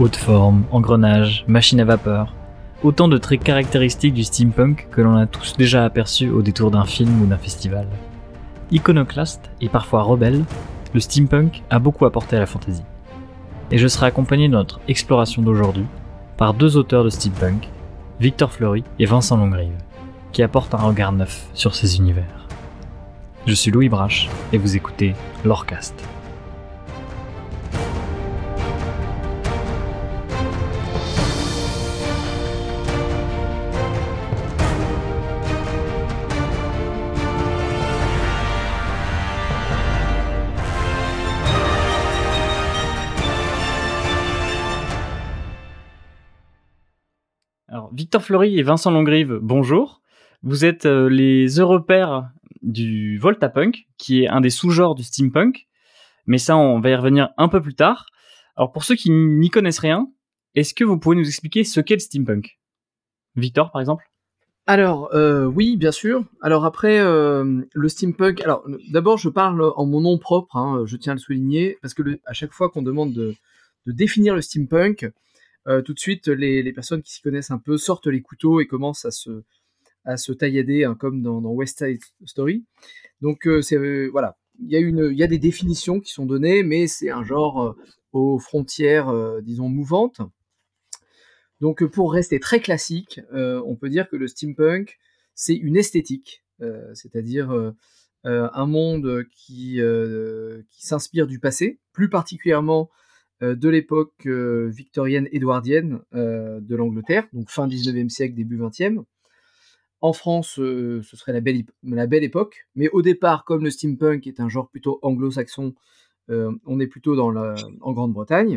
Haute forme, engrenage, machine à vapeur, autant de traits caractéristiques du steampunk que l'on a tous déjà aperçus au détour d'un film ou d'un festival. Iconoclaste et parfois rebelle, le steampunk a beaucoup apporté à la fantasy. Et je serai accompagné de notre exploration d'aujourd'hui par deux auteurs de steampunk, Victor Fleury et Vincent Longrive, qui apportent un regard neuf sur ces univers. Je suis Louis Brache et vous écoutez Lorecast. Alors, Victor Fleury et Vincent Longrive, bonjour. Vous êtes les heureux pairs du Voltapunk, qui est un des sous-genres du steampunk. Mais ça, on va y revenir un peu plus tard. Alors, pour ceux qui n'y connaissent rien, est-ce que vous pouvez nous expliquer ce qu'est le steampunk ? Victor, par exemple ? Alors, oui, bien sûr. Alors après, le steampunk... Alors, d'abord, je parle en mon nom propre, hein, je tiens à le souligner, parce que à chaque fois qu'on demande de définir le steampunk, tout de suite, les personnes qui s'y connaissent un peu sortent les couteaux et commencent à se taillader, hein, comme dans West Side Story. Donc, voilà, il y a des définitions qui sont données, mais c'est un genre aux frontières, disons, mouvantes. Donc, pour rester très classique, on peut dire que le steampunk, c'est une esthétique, c'est-à-dire un monde qui s'inspire du passé, plus particulièrement de l'époque victorienne édouardienne de l'Angleterre, donc fin 19e siècle, début 20e. En France, ce serait la belle époque, mais au départ, comme le steampunk est un genre plutôt anglo-saxon, on est plutôt en Grande-Bretagne.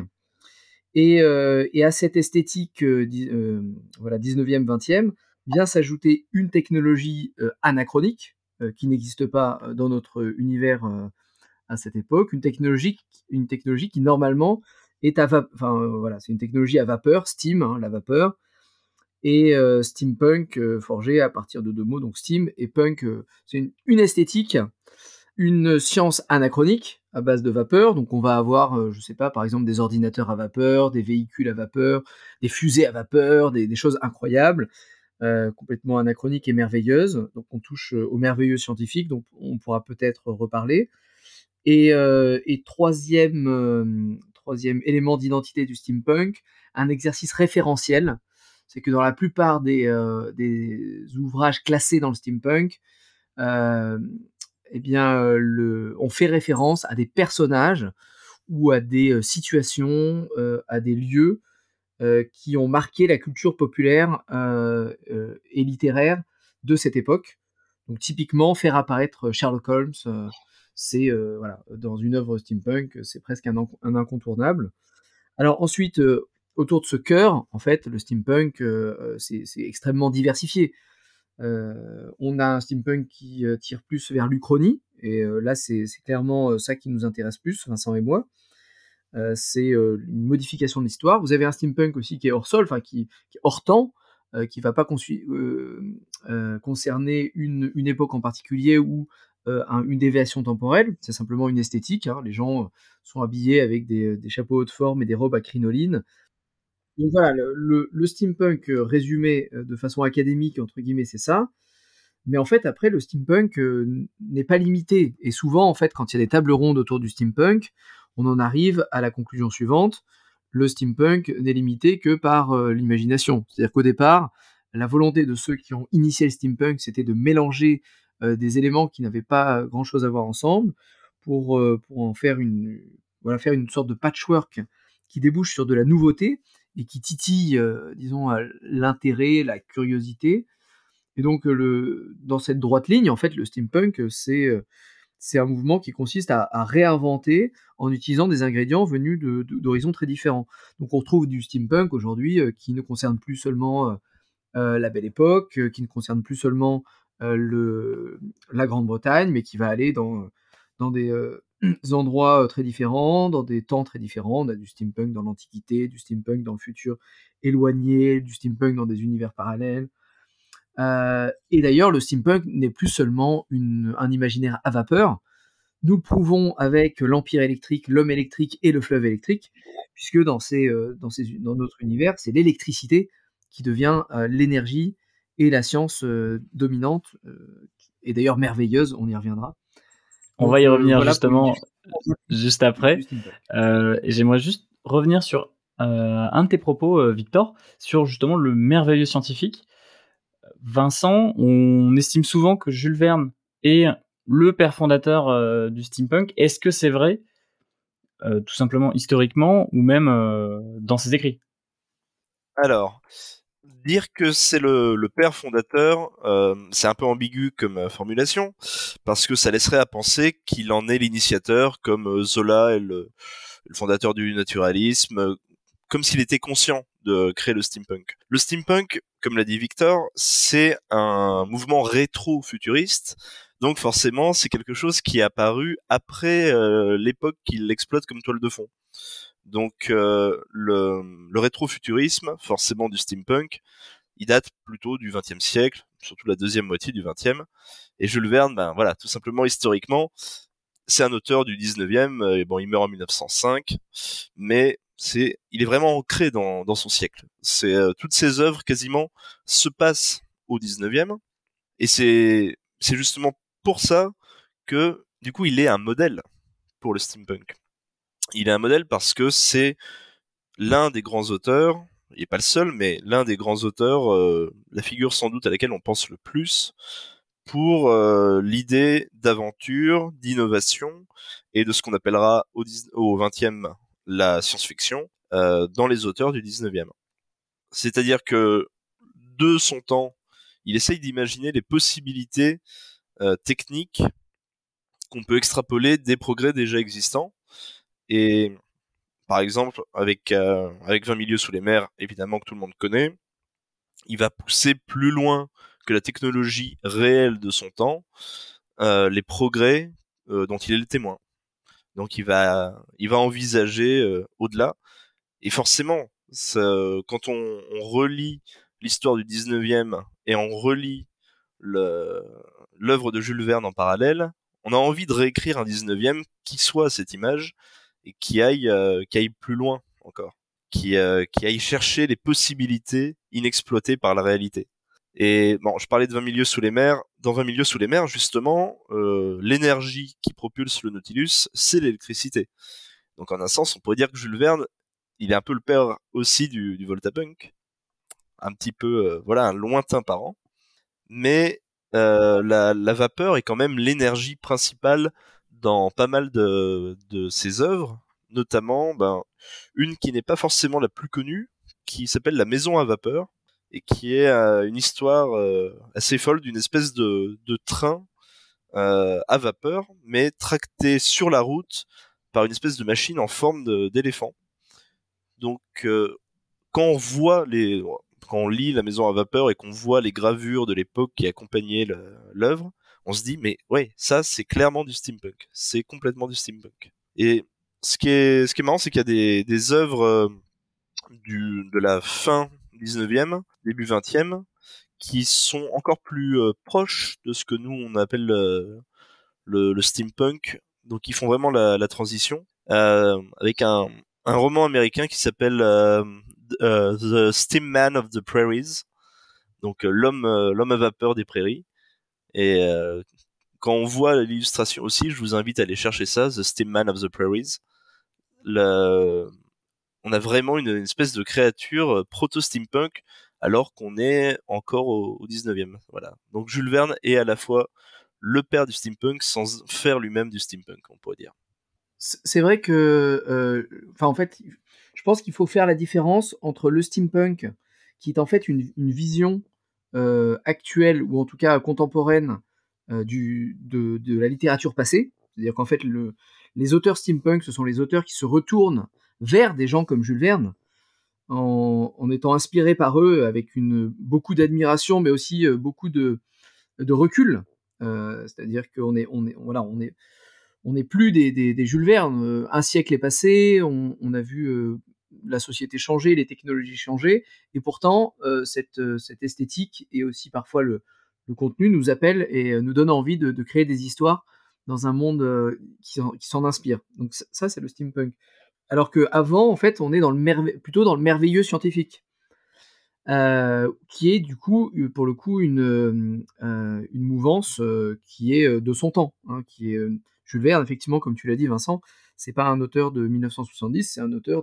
Et à cette esthétique voilà, 19e, 20e, vient s'ajouter une technologie anachronique, qui n'existe pas dans notre univers à cette époque, une technologie qui normalement est voilà, c'est une technologie à vapeur, steam, hein, la vapeur, et steampunk forgé à partir de deux mots, donc steam et punk, c'est une esthétique, une science anachronique à base de vapeur. Donc on va avoir, je sais pas, par exemple des ordinateurs à vapeur, des véhicules à vapeur, des fusées à vapeur, des choses incroyables, complètement anachroniques et merveilleuses. Donc on touche au merveilleux scientifique, donc on pourra peut-être reparler. Et troisième élément d'identité du steampunk, un exercice référentiel. C'est que dans la plupart des ouvrages classés dans le steampunk, on fait référence à des personnages ou à des situations, à des lieux qui ont marqué la culture populaire et littéraire de cette époque. Donc typiquement, faire apparaître Sherlock Holmes, c'est voilà, dans une œuvre steampunk, c'est presque un incontournable. Alors ensuite, autour de ce cœur, en fait, le steampunk, c'est extrêmement diversifié. On a un steampunk qui tire plus vers l'Uchronie, et là c'est clairement ça qui nous intéresse plus, Vincent et moi. C'est une modification de l'histoire. Vous avez un steampunk aussi qui est hors sol, enfin qui est hors temps, qui va pas concerner une époque en particulier ou une déviation temporelle. C'est simplement une esthétique, hein. Les gens sont habillés avec des chapeaux haute forme et des robes à crinoline. Donc voilà, le steampunk résumé de façon académique, entre guillemets, c'est ça. Mais en fait, après, le steampunk n'est pas limité. Et souvent, en fait, quand il y a des tables rondes autour du steampunk, on en arrive à la conclusion suivante: le steampunk n'est limité que par l'imagination. C'est-à-dire qu'au départ, la volonté de ceux qui ont initié le steampunk, c'était de mélanger des éléments qui n'avaient pas grand-chose à voir ensemble pour en faire faire une sorte de patchwork qui débouche sur de la nouveauté et qui titille, disons, l'intérêt, la curiosité. Et donc, dans cette droite ligne, en fait, le steampunk, c'est un mouvement qui consiste à réinventer en utilisant des ingrédients venus d'horizons très différents. Donc, on retrouve du steampunk aujourd'hui qui ne concerne plus seulement la Belle Époque, qui ne concerne plus seulement la Grande-Bretagne, mais qui va aller dans des endroits très différents, dans des temps très différents. On a du steampunk dans l'Antiquité, du steampunk dans le futur éloigné, du steampunk dans des univers parallèles. Et d'ailleurs, le steampunk n'est plus seulement un imaginaire à vapeur, Nous le prouvons avec l'Empire électrique, l'homme électrique et le fleuve électrique, puisque dans notre univers, c'est l'électricité qui devient l'énergie et la science dominante, et d'ailleurs merveilleuse, on y reviendra. On va y revenir voilà pour une justement juste après. du steampunk. Et j'aimerais juste revenir sur un de tes propos, Victor, sur justement le merveilleux scientifique. Vincent, on estime souvent que Jules Verne est le père fondateur du steampunk. Est-ce que c'est vrai, tout simplement historiquement, ou même dans ses écrits? Alors, dire que c'est le père fondateur, c'est un peu ambigu comme formulation, parce que ça laisserait à penser qu'il en est l'initiateur, comme Zola est le fondateur du naturalisme, comme s'il était conscient de créer le steampunk. Le steampunk, comme l'a dit Victor, c'est un mouvement rétro-futuriste, donc forcément c'est quelque chose qui est apparu après l'époque qu'il exploite comme toile de fond. Donc le rétrofuturisme, forcément du steampunk, il date plutôt du XXe siècle, surtout la deuxième moitié du XXe. Et Jules Verne, ben voilà, tout simplement historiquement, c'est un auteur du XIXe. Et bon, il meurt en 1905, mais il est vraiment ancré dans son siècle. Toutes ses œuvres quasiment se passent au XIXe, et c'est justement pour ça que du coup il est un modèle pour le steampunk. Il est un modèle parce que c'est l'un des grands auteurs, il n'est pas le seul, mais l'un des grands auteurs, la figure sans doute à laquelle on pense le plus pour l'idée d'aventure, d'innovation et de ce qu'on appellera au 20e la science-fiction dans les auteurs du 19e. C'est-à-dire que de son temps, il essaye d'imaginer les possibilités techniques qu'on peut extrapoler des progrès déjà existants. Et par exemple, avec 20 milieux sous les mers, évidemment que tout le monde connaît, il va pousser plus loin que la technologie réelle de son temps, les progrès dont il est le témoin. Donc il va envisager au-delà. Et forcément, quand on relit l'histoire du 19e et on relit l'œuvre de Jules Verne en parallèle, on a envie de réécrire un 19e qui soit à cette image et qui aille plus loin encore, qui aille chercher les possibilités inexploitées par la réalité. Et bon, je parlais de 20 milieux sous les mers. Dans 20 milieux sous les mers, justement, l'énergie qui propulse le Nautilus, c'est l'électricité. Donc en un sens, on pourrait dire que Jules Verne, il est un peu le père aussi du Voltapunk, un petit peu, voilà, un lointain parent. Mais la vapeur est quand même l'énergie principale dans pas mal de ses œuvres, notamment une qui n'est pas forcément la plus connue, qui s'appelle La Maison à vapeur, et qui est une histoire assez folle d'une espèce de train à vapeur, mais tracté sur la route par une espèce de machine en forme d'éléphant. Donc quand on voit quand on lit La Maison à vapeur et qu'on voit les gravures de l'époque qui accompagnaient l'œuvre, on se dit mais ouais, ça c'est clairement du steampunk, c'est complètement du steampunk. Et ce qui est marrant, c'est qu'il y a des œuvres de la fin 19e, début 20e, qui sont encore plus proches de ce que nous on appelle le steampunk. Donc ils font vraiment la transition avec un roman américain qui s'appelle The Steam Man of the Prairies, donc l'homme à vapeur des prairies. Et quand on voit l'illustration aussi, je vous invite à aller chercher ça, The Steam Man of the Prairies. On a vraiment une espèce de créature proto-steampunk alors qu'on est encore au 19e. Voilà. Donc Jules Verne est à la fois le père du steampunk sans faire lui-même du steampunk, on pourrait dire. C'est vrai que, en fait, je pense qu'il faut faire la différence entre le steampunk, qui est en fait une vision actuelle, ou en tout cas contemporaine, de la littérature passée. C'est-à-dire qu'en fait, les auteurs steampunk, ce sont les auteurs qui se retournent vers des gens comme Jules Verne, en étant inspirés par eux, avec beaucoup d'admiration, mais aussi beaucoup de recul. C'est-à-dire qu'on on n'est plus des Jules Verne. Un siècle est passé, on a vu la société changer, les technologies changer, et pourtant cette esthétique et aussi parfois le contenu nous appelle et nous donne envie de créer des histoires dans un monde qui s'en inspire. Donc ça, c'est le steampunk. Alors qu'avant, en fait, on est plutôt dans le merveilleux scientifique, qui est du coup, pour le coup, une mouvance qui est de son temps, hein, qui est Jules Verne, effectivement, comme tu l'as dit, Vincent, c'est pas un auteur de 1970, c'est un auteur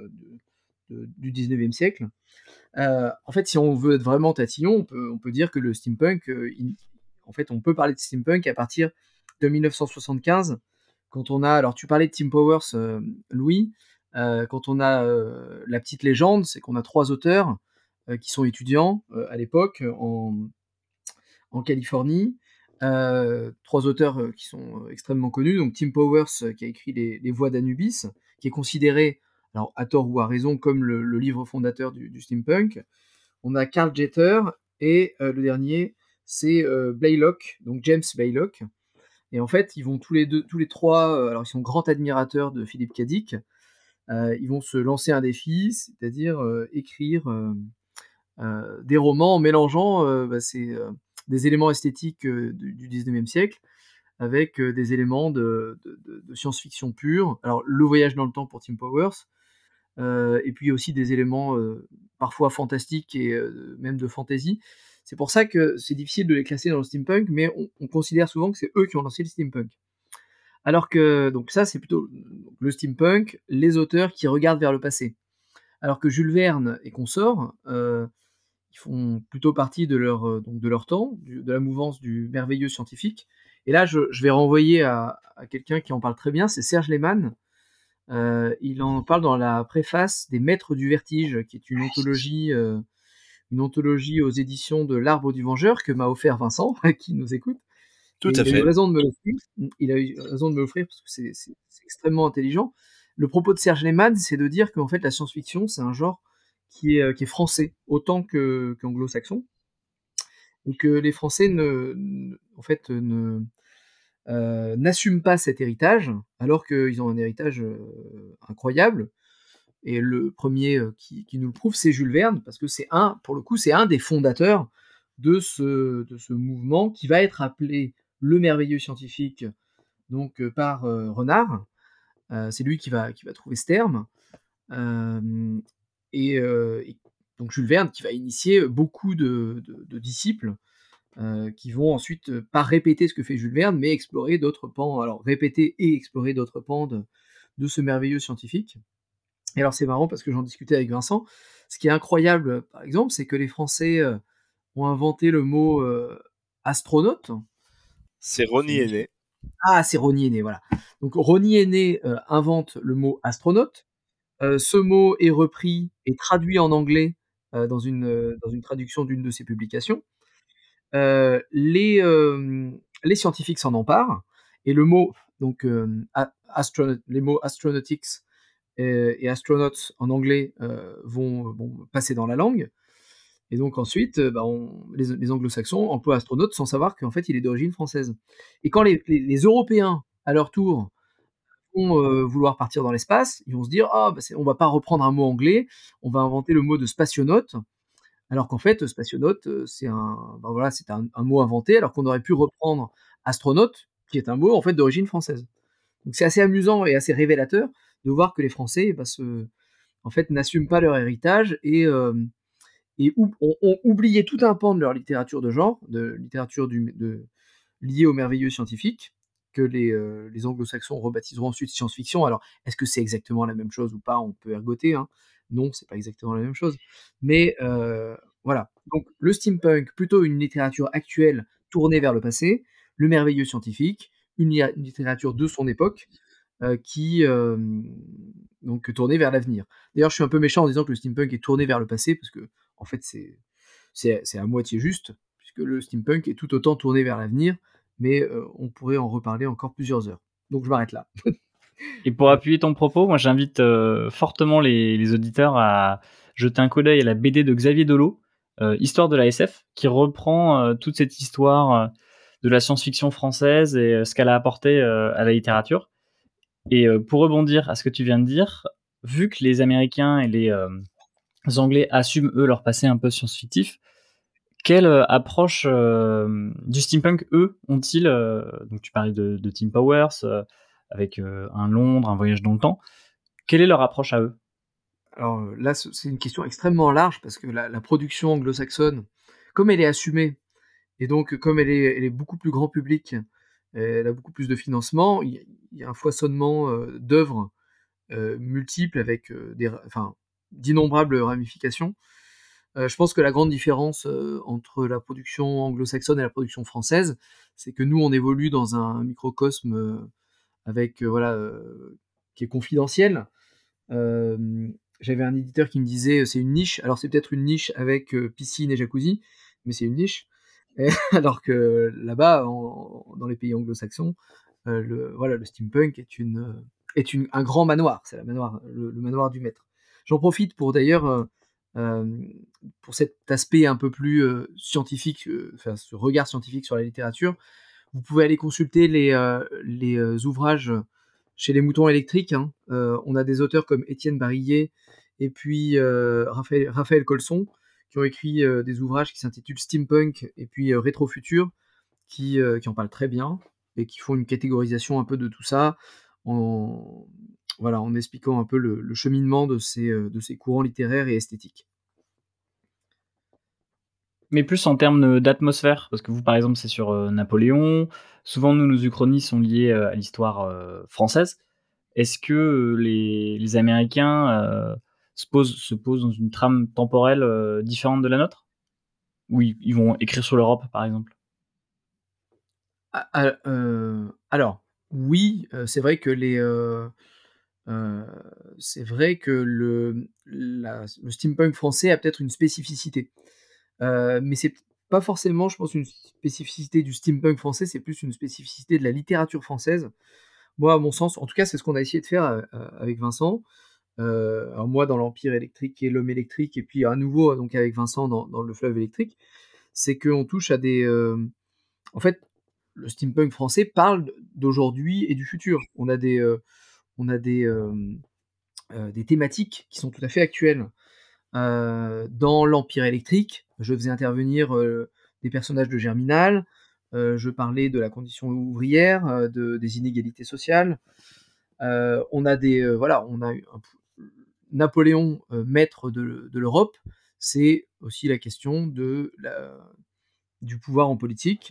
du 19e siècle. En fait, si on veut être vraiment tatillon, on peut dire que le steampunk, en fait, on peut parler de steampunk à partir de 1975, quand on a, alors tu parlais de Tim Powers, Louis, quand on a la petite légende, c'est qu'on a 3 auteurs qui sont étudiants à l'époque en Californie. 3 auteurs qui sont extrêmement connus. Donc Tim Powers qui a écrit les Voix d'Anubis, qui est considéré, alors à tort ou à raison, comme le livre fondateur du steampunk. On a Carl Jeter et le dernier, c'est Blaylock, donc James Blaylock. Et en fait, ils vont tous les trois, alors ils sont grands admirateurs de Philip K. Dick. Ils vont se lancer un défi, c'est-à-dire écrire des romans en mélangeant des éléments esthétiques du 19e siècle avec des éléments de science-fiction pure. Alors, le voyage dans le temps pour Tim Powers, et puis aussi des éléments parfois fantastiques et même de fantasy. C'est pour ça que c'est difficile de les classer dans le steampunk, mais on considère souvent que c'est eux qui ont lancé le steampunk. Alors que, donc ça, c'est plutôt le steampunk, les auteurs qui regardent vers le passé. Alors que Jules Verne et consorts, ils font plutôt partie de leur temps, de la mouvance du merveilleux scientifique. Et là, je vais renvoyer à quelqu'un qui en parle très bien, c'est Serge Lehmann. Il en parle dans la préface des Maîtres du Vertige, qui est une anthologie aux éditions de l'Arbre du Vengeur que m'a offert Vincent, qui nous écoute. Tout Et à il a fait. eu raison de me l'offrir. Il a eu raison de me l'offrir parce que c'est extrêmement intelligent. Le propos de Serge Lehmann, c'est de dire qu'en fait la science-fiction, c'est un genre qui est français autant qu'anglo-saxon, et que les Français n'assument pas cet héritage, alors qu'ils ont un héritage incroyable. Et le premier qui nous le prouve, c'est Jules Verne, parce que pour le coup, c'est un des fondateurs de ce mouvement qui va être appelé le merveilleux scientifique, donc par Renard. C'est lui qui va trouver ce terme. Et donc Jules Verne qui va initier beaucoup de disciples qui vont ensuite pas répéter ce que fait Jules Verne, mais explorer d'autres pans, alors répéter et explorer d'autres pans de ce merveilleux scientifique. Et alors c'est marrant parce que j'en discutais avec Vincent. Ce qui est incroyable, par exemple, c'est que les Français ont inventé le mot astronaute. C'est Ronnie Henné. Ah, c'est Ronnie Henné, voilà. Donc Ronnie Henné invente le mot astronaute. Ce mot est repris et traduit en anglais dans une traduction d'une de ses publications. Les scientifiques s'en emparent et le mot, donc les mots astronautics et astronauts en anglais vont passer dans la langue. Et donc ensuite, les anglo-saxons emploient astronaute sans savoir qu'en fait il est d'origine française. Et quand les Européens, à leur tour, vont vouloir partir dans l'espace, ils vont se dire on va pas reprendre un mot anglais, on va inventer le mot de spationaute, alors qu'en fait spationaute c'est un mot inventé, alors qu'on aurait pu reprendre astronaute, qui est un mot en fait d'origine française. Donc c'est assez amusant et assez révélateur de voir que les Français en fait n'assument pas leur héritage et ont oublié tout un pan de leur littérature de genre, de littérature liée au merveilleux scientifique, que les anglo-saxons rebaptiseront ensuite science-fiction. Alors, est-ce que c'est exactement la même chose ou pas? On peut ergoter, hein. Non, c'est pas exactement la même chose. Mais voilà. Donc, le steampunk, plutôt une littérature actuelle tournée vers le passé, le merveilleux scientifique, une littérature de son époque, qui donc tournée vers l'avenir. D'ailleurs, je suis un peu méchant en disant que le steampunk est tourné vers le passé, parce que en fait, c'est à moitié juste, puisque le steampunk est tout autant tourné vers l'avenir, mais on pourrait en reparler encore plusieurs heures. Donc je m'arrête là. Et pour appuyer ton propos, moi j'invite fortement les auditeurs à jeter un coup d'œil à la BD de Xavier Delot, Histoire de la SF, qui reprend toute cette histoire de la science-fiction française et ce qu'elle a apporté à la littérature. Et pour rebondir à ce que tu viens de dire, vu que les Américains et les Anglais assument eux leur passé un peu science-fictif, Quelle approche du steampunk, eux, ont-ils donc tu parlais de Tim Powers, avec un Londres, un voyage dans le temps. Quelle est leur approche à eux? Alors là, c'est une question extrêmement large parce que la production anglo-saxonne, comme elle est assumée et donc comme elle est beaucoup plus grand public, elle a beaucoup plus de financement, il y a un foisonnement, d'œuvres, multiples avec, d'innombrables ramifications. Je pense que la grande différence, entre la production anglo-saxonne et la production française, c'est que nous, on évolue dans un microcosme, avec, qui est confidentiel. J'avais un éditeur qui me disait, c'est une niche. Alors c'est peut-être une niche avec, piscine et jacuzzi, mais c'est une niche. Et alors que là-bas, dans les pays anglo-saxons, le steampunk est un grand manoir. C'est le manoir du maître. J'en profite pour d'ailleurs, pour cet aspect un peu plus scientifique, ce regard scientifique sur la littérature. Vous pouvez aller consulter les ouvrages chez les Moutons électriques. Hein. On a des auteurs comme Étienne Barillet et puis Raphaël Colson qui ont écrit des ouvrages qui s'intitulent Steampunk et puis Rétrofutur, qui en parlent très bien et qui font une catégorisation un peu de tout ça en, en expliquant un peu le cheminement de ces courants littéraires et esthétiques. Mais plus en termes d'atmosphère, parce que vous, par exemple, c'est sur Napoléon. Souvent, nous, nos uchronies sont liées à l'histoire française. Est-ce que les Américains se posent dans une trame temporelle différente de la nôtre? Ou ils vont écrire sur l'Europe, par exemple? Alors, oui, c'est vrai que c'est vrai que le steampunk français a peut-être une spécificité. Mais c'est pas forcément, je pense, une spécificité du steampunk français, c'est plus une spécificité de la littérature française. Moi, à mon sens, en tout cas, c'est ce qu'on a essayé de faire, avec Vincent. Alors moi, dans l'Empire électrique et l'Homme électrique, et puis à nouveau, donc avec Vincent dans Le Fleuve électrique, c'est qu'on touche à en fait, le steampunk français parle d'aujourd'hui et du futur. On a des thématiques qui sont tout à fait actuelles. Dans l'Empire électrique, je faisais intervenir des personnages de Germinal, je parlais de la condition ouvrière, des inégalités sociales. On a eu Napoléon, maître de l'Europe, c'est aussi la question du pouvoir en politique.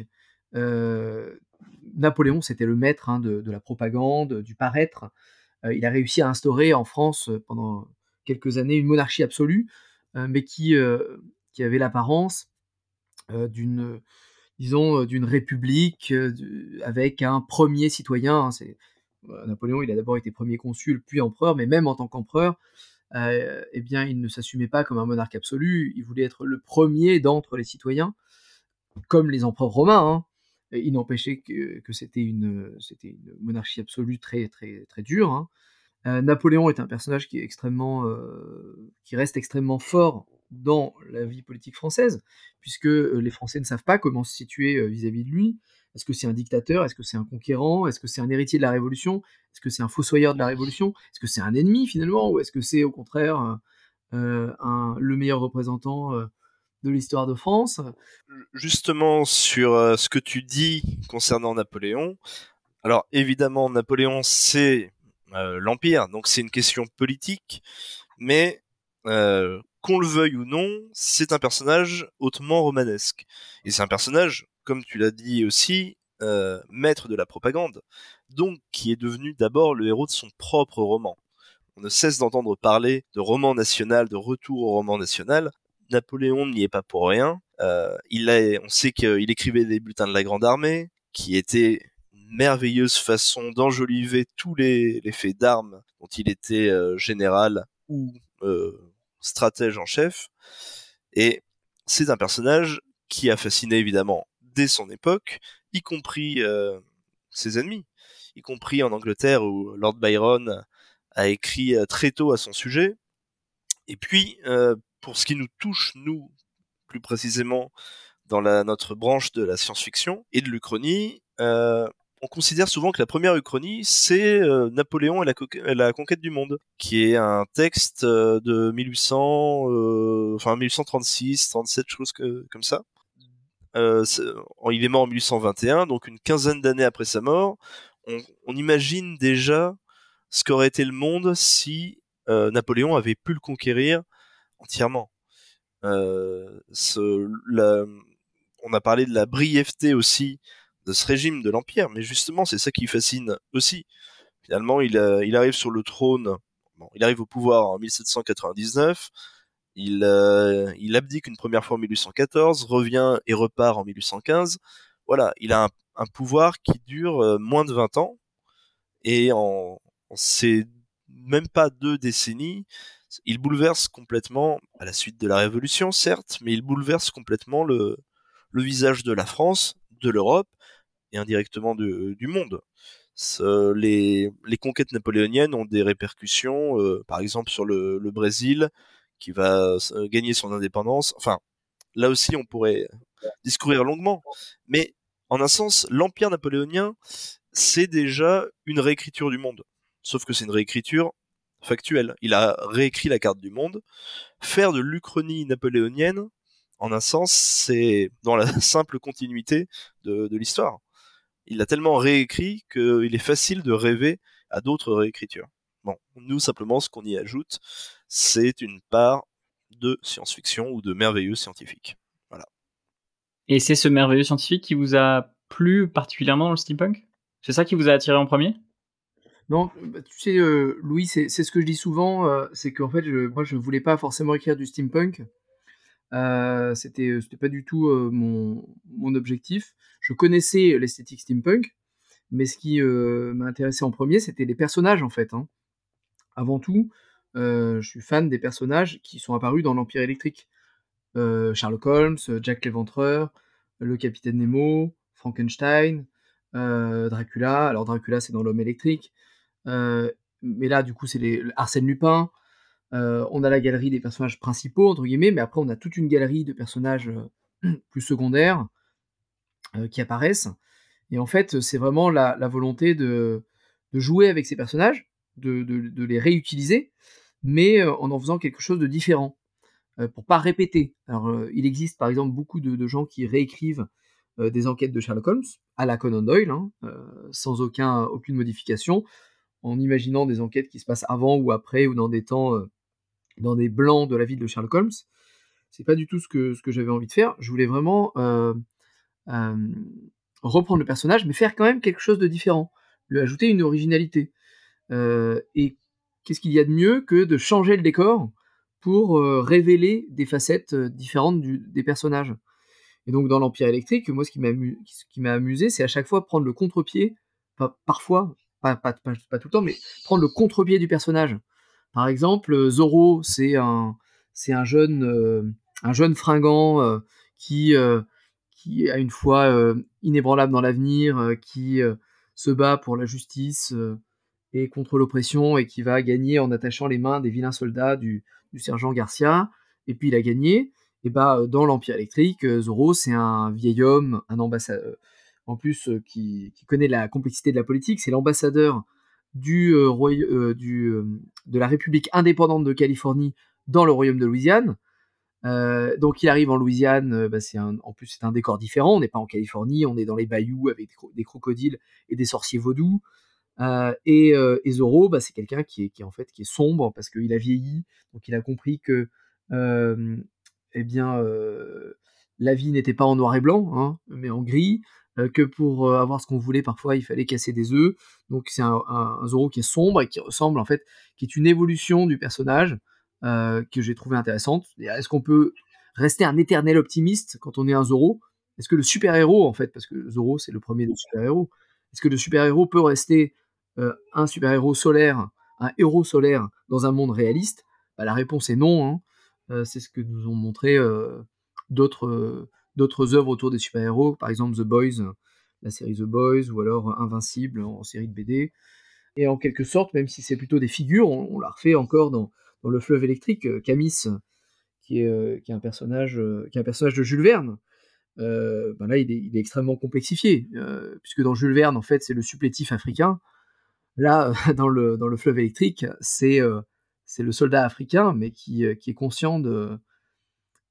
Napoléon, c'était le maître, hein, de la propagande, du paraître. Il a réussi à instaurer en France, pendant quelques années, une monarchie absolue, mais qui avait l'apparence d'une, disons, d'une république, avec un premier citoyen. Hein. Napoléon, il a d'abord été premier consul, puis empereur, mais même en tant qu'empereur, eh bien, il ne s'assumait pas comme un monarque absolu. Il voulait être le premier d'entre les citoyens, comme les empereurs romains. Hein. Et il n'empêchait que c'était une monarchie absolue très, très, très dure. Hein. Napoléon est un personnage qui reste extrêmement fort dans la vie politique française, puisque les Français ne savent pas comment se situer vis-à-vis de lui. Est-ce que c'est un dictateur? Est-ce que c'est un conquérant? Est-ce que c'est un héritier de la Révolution? Est-ce que c'est un fossoyeur de la Révolution? Est-ce que c'est un ennemi finalement? Ou est-ce que c'est au contraire le meilleur représentant de l'histoire de France? Justement, sur ce que tu dis concernant Napoléon, alors évidemment, Napoléon, c'est l'Empire, donc c'est une question politique, mais qu'on le veuille ou non, c'est un personnage hautement romanesque. Et c'est un personnage, comme tu l'as dit aussi, maître de la propagande, donc qui est devenu d'abord le héros de son propre roman. On ne cesse d'entendre parler de roman national, de retour au roman national. Napoléon n'y est pas pour rien. On sait qu'il écrivait des bulletins de la Grande Armée, qui étaient une merveilleuse façon d'enjoliver tous les faits d'armes dont il était général ou stratège en chef. Et c'est un personnage qui a fasciné évidemment dès son époque, y compris ses ennemis, y compris en Angleterre où Lord Byron a écrit très tôt à son sujet. Et puis, pour ce qui nous touche, nous, plus précisément, dans notre branche de la science-fiction et de l'Uchronie, on considère souvent que la première Uchronie, c'est Napoléon et la conquête du monde, qui est un texte de 1836, 37, choses comme ça. il est mort en 1821, donc une quinzaine d'années après sa mort. On imagine déjà ce qu'aurait été le monde si Napoléon avait pu le conquérir entièrement. On a parlé de la brièveté aussi de ce régime de l'Empire, mais justement, c'est ça qui fascine aussi. Finalement, il arrive sur le trône, il arrive au pouvoir en 1799, il abdique une première fois en 1814, revient et repart en 1815. Voilà, il a un pouvoir qui dure moins de 20 ans, et c'est même pas 2 décennies, il bouleverse complètement, à la suite de la Révolution certes, mais il bouleverse complètement le visage de la France, de l'Europe et indirectement du monde. Les conquêtes napoléoniennes ont des répercussions, par exemple sur le Brésil, qui va gagner son indépendance. Enfin, là aussi, on pourrait discourir longuement. Mais en un sens, l'Empire napoléonien, c'est déjà une réécriture du monde. Sauf que c'est une réécriture factuelle. Il a réécrit la carte du monde. Faire de l'Uchronie napoléonienne, en un sens, c'est dans la simple continuité de l'histoire. Il l'a tellement réécrit qu'il est facile de rêver à d'autres réécritures. Bon, nous, simplement, ce qu'on y ajoute, c'est une part de science-fiction ou de merveilleux scientifique. Voilà. Et c'est ce merveilleux scientifique qui vous a plu particulièrement dans le steampunk ? C'est ça qui vous a attiré en premier ? Non, tu sais, Louis, c'est ce que je dis souvent, c'est qu'en fait, moi, je voulais pas forcément écrire du steampunk. C'était pas du tout mon objectif. Je connaissais l'esthétique steampunk, mais ce qui m'a intéressé en premier, c'était les personnages, en fait. Hein. Avant tout, je suis fan des personnages qui sont apparus dans l'Empire électrique. Sherlock Holmes, Jack l'Éventreur, le Capitaine Nemo, Frankenstein, Dracula. Alors Dracula, c'est dans l'Homme électrique. Mais là, du coup, c'est Arsène Lupin. On a la galerie des personnages principaux, entre guillemets, mais après, on a toute une galerie de personnages plus secondaires qui apparaissent. Et en fait, c'est vraiment la volonté de jouer avec ces personnages, de les réutiliser, mais en faisant quelque chose de différent, pour pas répéter. Alors, il existe par exemple beaucoup de gens qui réécrivent des enquêtes de Sherlock Holmes, à la Conan Doyle, hein, sans aucune modification, en imaginant des enquêtes qui se passent avant ou après, ou dans des temps, dans des blancs de la vie de Sherlock Holmes. C'est pas du tout ce que j'avais envie de faire. Je voulais vraiment reprendre le personnage, mais faire quand même quelque chose de différent, lui ajouter une originalité. Et qu'est-ce qu'il y a de mieux que de changer le décor pour révéler des facettes différentes des personnages. Et donc dans l'Empire électrique, moi ce qui m'a amusé, c'est à chaque fois prendre le contre-pied, parfois, pas tout le temps, mais prendre le contre-pied du personnage. Par exemple, Zorro, c'est un jeune fringant qui a une foi inébranlable dans l'avenir, qui se bat pour la justice et contre l'oppression, et qui va gagner en attachant les mains des vilains soldats du sergent Garcia, et puis il a gagné. Et dans l'Empire électrique, Zorro, c'est un vieil homme, un ambassadeur, en plus qui connaît la complexité de la politique, c'est l'ambassadeur de la République indépendante de Californie dans le royaume de Louisiane. Donc il arrive en Louisiane, en plus c'est un décor différent, on n'est pas en Californie, on est dans les bayous avec des crocodiles et des sorciers vaudous. Et Zorro, c'est quelqu'un qui est sombre parce qu'il a vieilli, donc il a compris que la vie n'était pas en noir et blanc, hein, mais en gris, que pour avoir ce qu'on voulait, parfois il fallait casser des œufs. Donc c'est un Zorro qui est sombre et qui ressemble, en fait, qui est une évolution du personnage que j'ai trouvé intéressante. Est-ce qu'on peut rester un éternel optimiste quand on est un Zorro ? Est-ce que le super-héros, en fait, parce que Zorro c'est le premier des super-héros, est-ce que le super-héros peut rester un super-héros solaire, un héros solaire dans un monde réaliste ? La réponse est non, hein. C'est ce que nous ont montré d'autres œuvres autour des super-héros, par exemple The Boys, la série The Boys, ou alors Invincible en série de BD. Et en quelque sorte, même si c'est plutôt des figures, on l'a refait encore dans Le Fleuve électrique, Camis, qui est un personnage de Jules Verne. Là, il est extrêmement complexifié, puisque dans Jules Verne, en fait, c'est le supplétif africain. Là, dans le Fleuve électrique, c'est le soldat africain, mais qui est conscient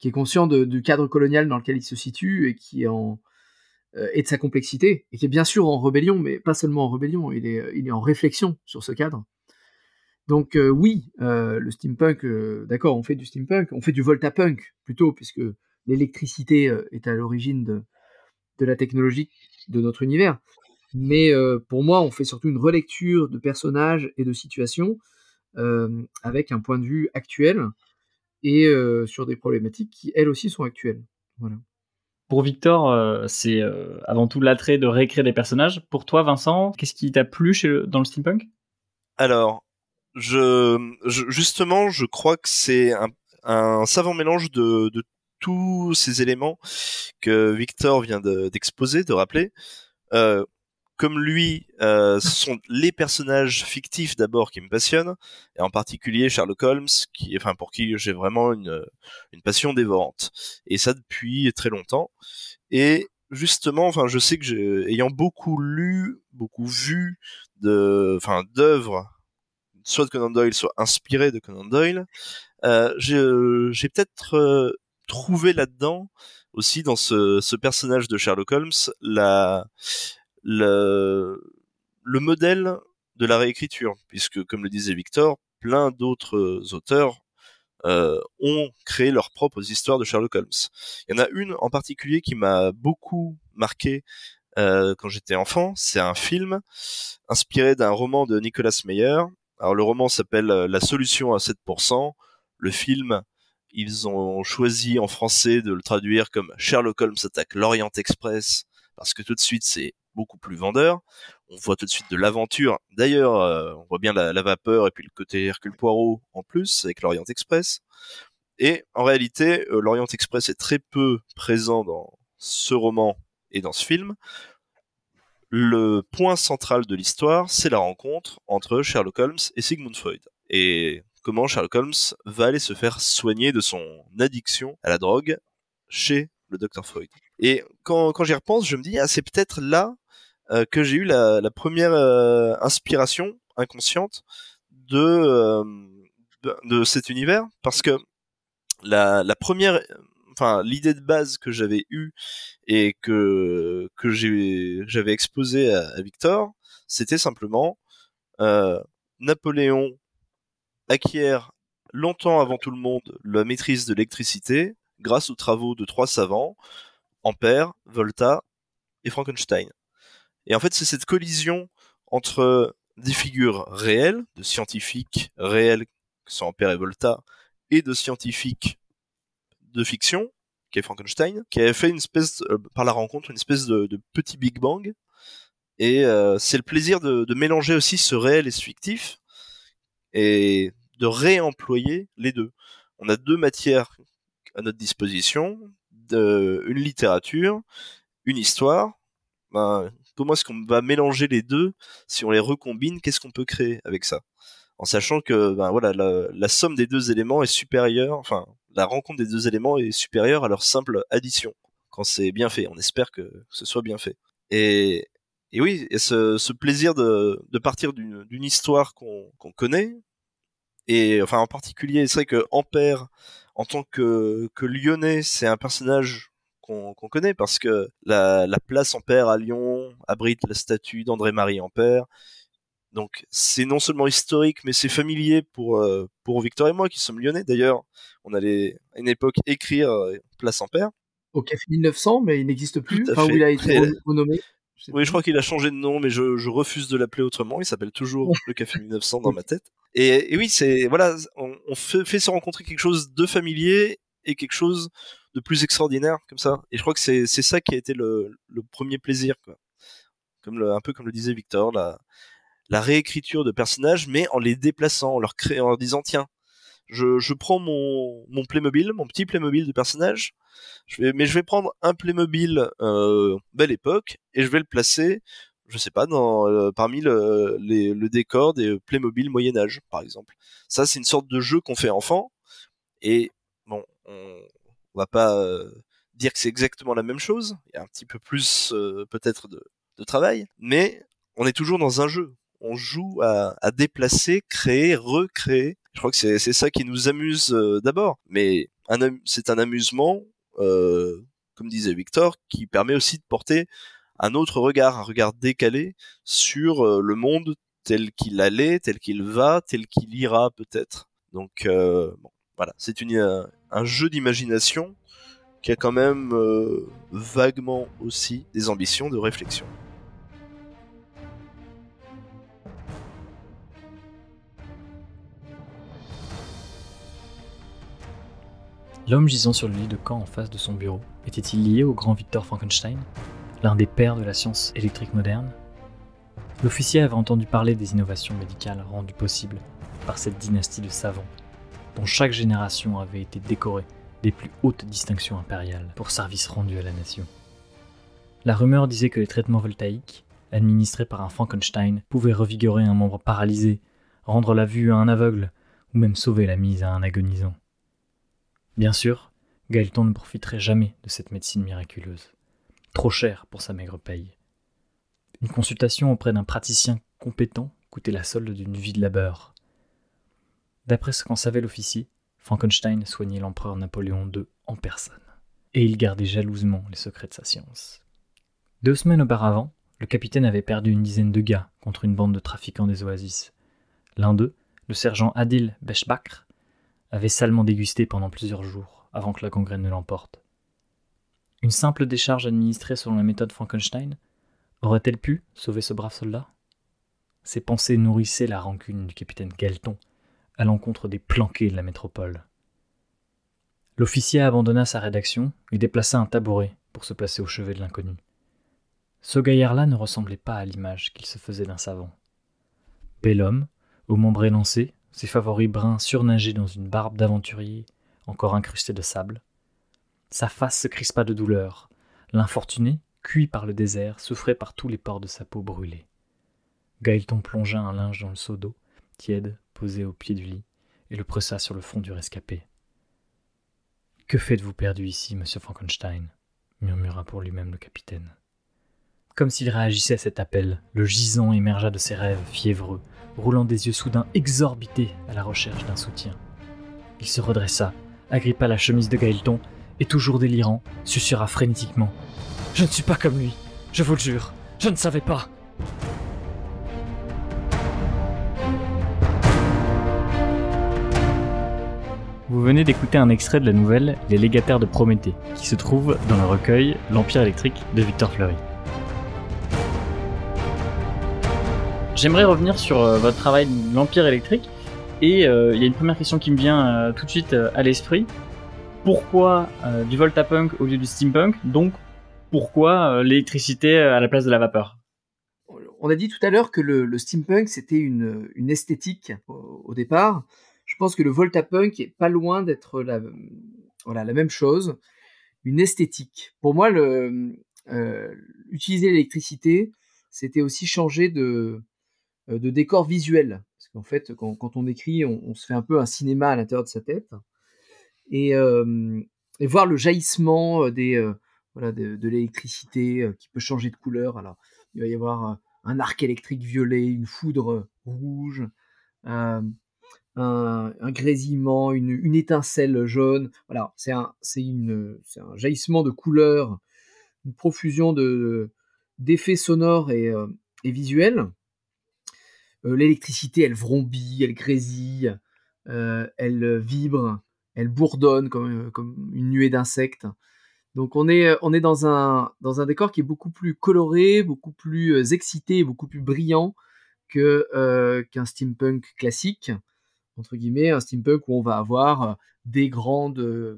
qui est conscient du cadre colonial dans lequel il se situe et qui et de sa complexité, et qui est bien sûr en rébellion, mais pas seulement en rébellion, il est en réflexion sur ce cadre. Donc oui, le steampunk, d'accord, on fait du steampunk, on fait du voltapunk plutôt, puisque l'électricité est à l'origine de la technologie de notre univers. Mais pour moi, on fait surtout une relecture de personnages et de situations avec un point de vue actuel et sur des problématiques qui, elles aussi, sont actuelles. Voilà. Pour Victor, c'est avant tout l'attrait de réécrire des personnages. Pour toi, Vincent, qu'est-ce qui t'a plu dans le steampunk ? Alors, justement, je crois que c'est un savant mélange de tous ces éléments que Victor vient d'exposer, de rappeler. Comme lui, ce sont les personnages fictifs d'abord qui me passionnent, et en particulier Sherlock Holmes, pour qui j'ai vraiment une passion dévorante, et ça depuis très longtemps. Et justement, je sais que ayant beaucoup lu, beaucoup vu d'œuvres, soit de Conan Doyle, soit inspiré de Conan Doyle, j'ai peut-être trouvé là-dedans aussi, dans ce personnage de Sherlock Holmes, le modèle de la réécriture, puisque, comme le disait Victor, plein d'autres auteurs ont créé leurs propres histoires de Sherlock Holmes. Il y en a une en particulier qui m'a beaucoup marqué quand j'étais enfant. C'est un film inspiré d'un roman de Nicholas Meyer. Alors, le roman s'appelle La solution à 7%. Le film, ils ont choisi en français de le traduire comme Sherlock Holmes attaque l'Orient Express, parce que tout de suite c'est beaucoup plus vendeur. On voit tout de suite de l'aventure. D'ailleurs, on voit bien la vapeur et puis le côté Hercule Poirot en plus avec l'Orient Express. Et en réalité, l'Orient Express est très peu présent dans ce roman et dans ce film. Le point central de l'histoire, c'est la rencontre entre Sherlock Holmes et Sigmund Freud. Et comment Sherlock Holmes va aller se faire soigner de son addiction à la drogue chez le Dr Freud. Et quand j'y repense, je me dis, c'est peut-être là que j'ai eu la première inspiration inconsciente de cet univers, parce que la première, l'idée de base que j'avais eue et que j'avais exposée à Victor, c'était simplement Napoléon acquiert longtemps avant tout le monde la maîtrise de l'électricité grâce aux travaux de 3 savants, Ampère, Volta et Frankenstein. Et en fait, c'est cette collision entre des figures réelles, de scientifiques réels, que sont Ampère et Volta, et de scientifiques de fiction, qui est Frankenstein, qui avait fait par la rencontre, une espèce de petit Big Bang. Et c'est le plaisir de mélanger aussi ce réel et ce fictif, et de réemployer les deux. On a 2 matières à notre disposition, une littérature, une histoire. Comment est-ce qu'on va mélanger les deux? Si on les recombine, qu'est-ce qu'on peut créer avec ça? En sachant que la somme des 2 éléments est supérieure, la rencontre des 2 éléments est supérieure à leur simple addition, quand c'est bien fait. On espère que ce soit bien fait. Et oui, et ce plaisir de partir d'une histoire qu'on connaît, et en particulier, c'est vrai que Ampère, en tant que Lyonnais, c'est un personnage qu'on connaît, parce que la place Ampère à Lyon abrite la statue d'André-Marie Ampère. Donc c'est non seulement historique, mais c'est familier pour Victor et moi qui sommes lyonnais. D'ailleurs, on allait à une époque écrire place Ampère. Au Café 1900, mais il n'existe plus, Tout à fait. où il a été renommé. Oui, je crois qu'il a changé de nom, mais je refuse de l'appeler autrement. Il s'appelle toujours le Café 1900 dans ma tête. Et oui, on fait se rencontrer quelque chose de familier et quelque chose de plus extraordinaire comme ça. Et je crois que c'est ça qui a été le premier plaisir, quoi. Un peu comme le disait Victor, la réécriture de personnages, mais en les déplaçant, en leur disant, tiens, je prends mon Playmobil, mon petit Playmobil de personnage, je vais prendre un Playmobil Belle Époque, et je vais le placer, je sais pas, parmi le décor des Playmobil Moyen-Âge, par exemple. Ça, c'est une sorte de jeu qu'on fait enfant, et bon, on va pas dire que c'est exactement la même chose, il y a un petit peu plus peut-être de travail, mais on est toujours dans un jeu. On joue à déplacer, créer, recréer. Je crois que c'est ça qui nous amuse d'abord. Mais c'est un amusement, comme disait Victor, qui permet aussi de porter un autre regard, un regard décalé sur le monde tel qu'il allait, tel qu'il va, tel qu'il ira peut-être. Donc bon, voilà, c'est un jeu d'imagination qui a quand même vaguement aussi des ambitions de réflexion. L'homme gisant sur le lit de camp en face de son bureau était-il lié au grand Victor Frankenstein, l'un des pères de la science électrique moderne? L'officier avait entendu parler des innovations médicales rendues possibles par cette dynastie de savants, dont chaque génération avait été décorée des plus hautes distinctions impériales pour services rendus à la nation. La rumeur disait que les traitements voltaïques, administrés par un Frankenstein, pouvaient revigorer un membre paralysé, rendre la vue à un aveugle, ou même sauver la mise à un agonisant. Bien sûr, Gaëlton ne profiterait jamais de cette médecine miraculeuse, trop chère pour sa maigre paye. Une consultation auprès d'un praticien compétent coûtait la solde d'une vie de labeur. D'après ce qu'en savait l'officier, Frankenstein soignait l'empereur Napoléon II en personne, et il gardait jalousement les secrets de sa science. 2 semaines auparavant, le capitaine avait perdu une dizaine de gars contre une bande de trafiquants des oasis. L'un d'eux, le sergent Adil Beshbakr, avait salement dégusté pendant plusieurs jours avant que la gangrène ne l'emporte. Une simple décharge administrée selon la méthode Frankenstein aurait-elle pu sauver ce brave soldat? Ces pensées nourrissaient la rancune du capitaine Gaëlton à l'encontre des planqués de la métropole. L'officier abandonna sa rédaction et déplaça un tabouret pour se placer au chevet de l'inconnu. Ce gaillard-là ne ressemblait pas à l'image qu'il se faisait d'un savant. Bel homme, aux membres élancés, ses favoris bruns surnageaient dans une barbe d'aventurier encore incrustée de sable. Sa face se crispa de douleur. L'infortuné, cuit par le désert, souffrait par tous les pores de sa peau brûlée. Gaëlton plongea un linge dans le seau d'eau, tiède, posé au pied du lit, et le pressa sur le front du rescapé. « Que faites-vous perdu ici, monsieur Frankenstein » murmura pour lui-même le capitaine. Comme s'il réagissait à cet appel, le gisant émergea de ses rêves fiévreux, roulant des yeux soudain exorbités à la recherche d'un soutien. Il se redressa, agrippa la chemise de Gaëlton, et toujours délirant, susurra frénétiquement. « Je ne suis pas comme lui, je vous le jure, je ne savais pas !» Vous venez d'écouter un extrait de la nouvelle Les légataires de Prométhée, qui se trouve dans le recueil L'Empire électrique de Victor Fleury. J'aimerais revenir sur votre travail de l'Empire électrique, et il y a une première question qui me vient tout de suite à l'esprit. Pourquoi du Voltapunk au lieu du Steampunk? Donc, pourquoi l'électricité à la place de la vapeur? On a dit tout à l'heure que le steampunk, c'était une esthétique au départ. Je pense que le Voltapunk est pas loin d'être la même chose, une esthétique. Pour moi, utiliser l'électricité, c'était aussi changer de décor visuel. Parce qu'en fait, quand on écrit, on se fait un peu un cinéma à l'intérieur de sa tête. Et voir le jaillissement de l'électricité qui peut changer de couleur. Alors, il va y avoir un arc électrique violet, une foudre rouge, un grésillement, une étincelle jaune. Voilà, c'est un jaillissement de couleurs, une profusion d'effets sonores et visuels. L'électricité, elle vrombit, elle grésille, elle vibre, elle bourdonne comme une nuée d'insectes. Donc on est dans un décor qui est beaucoup plus coloré, beaucoup plus excité, beaucoup plus brillant qu'un steampunk classique, entre guillemets, un steampunk où on va avoir des grandes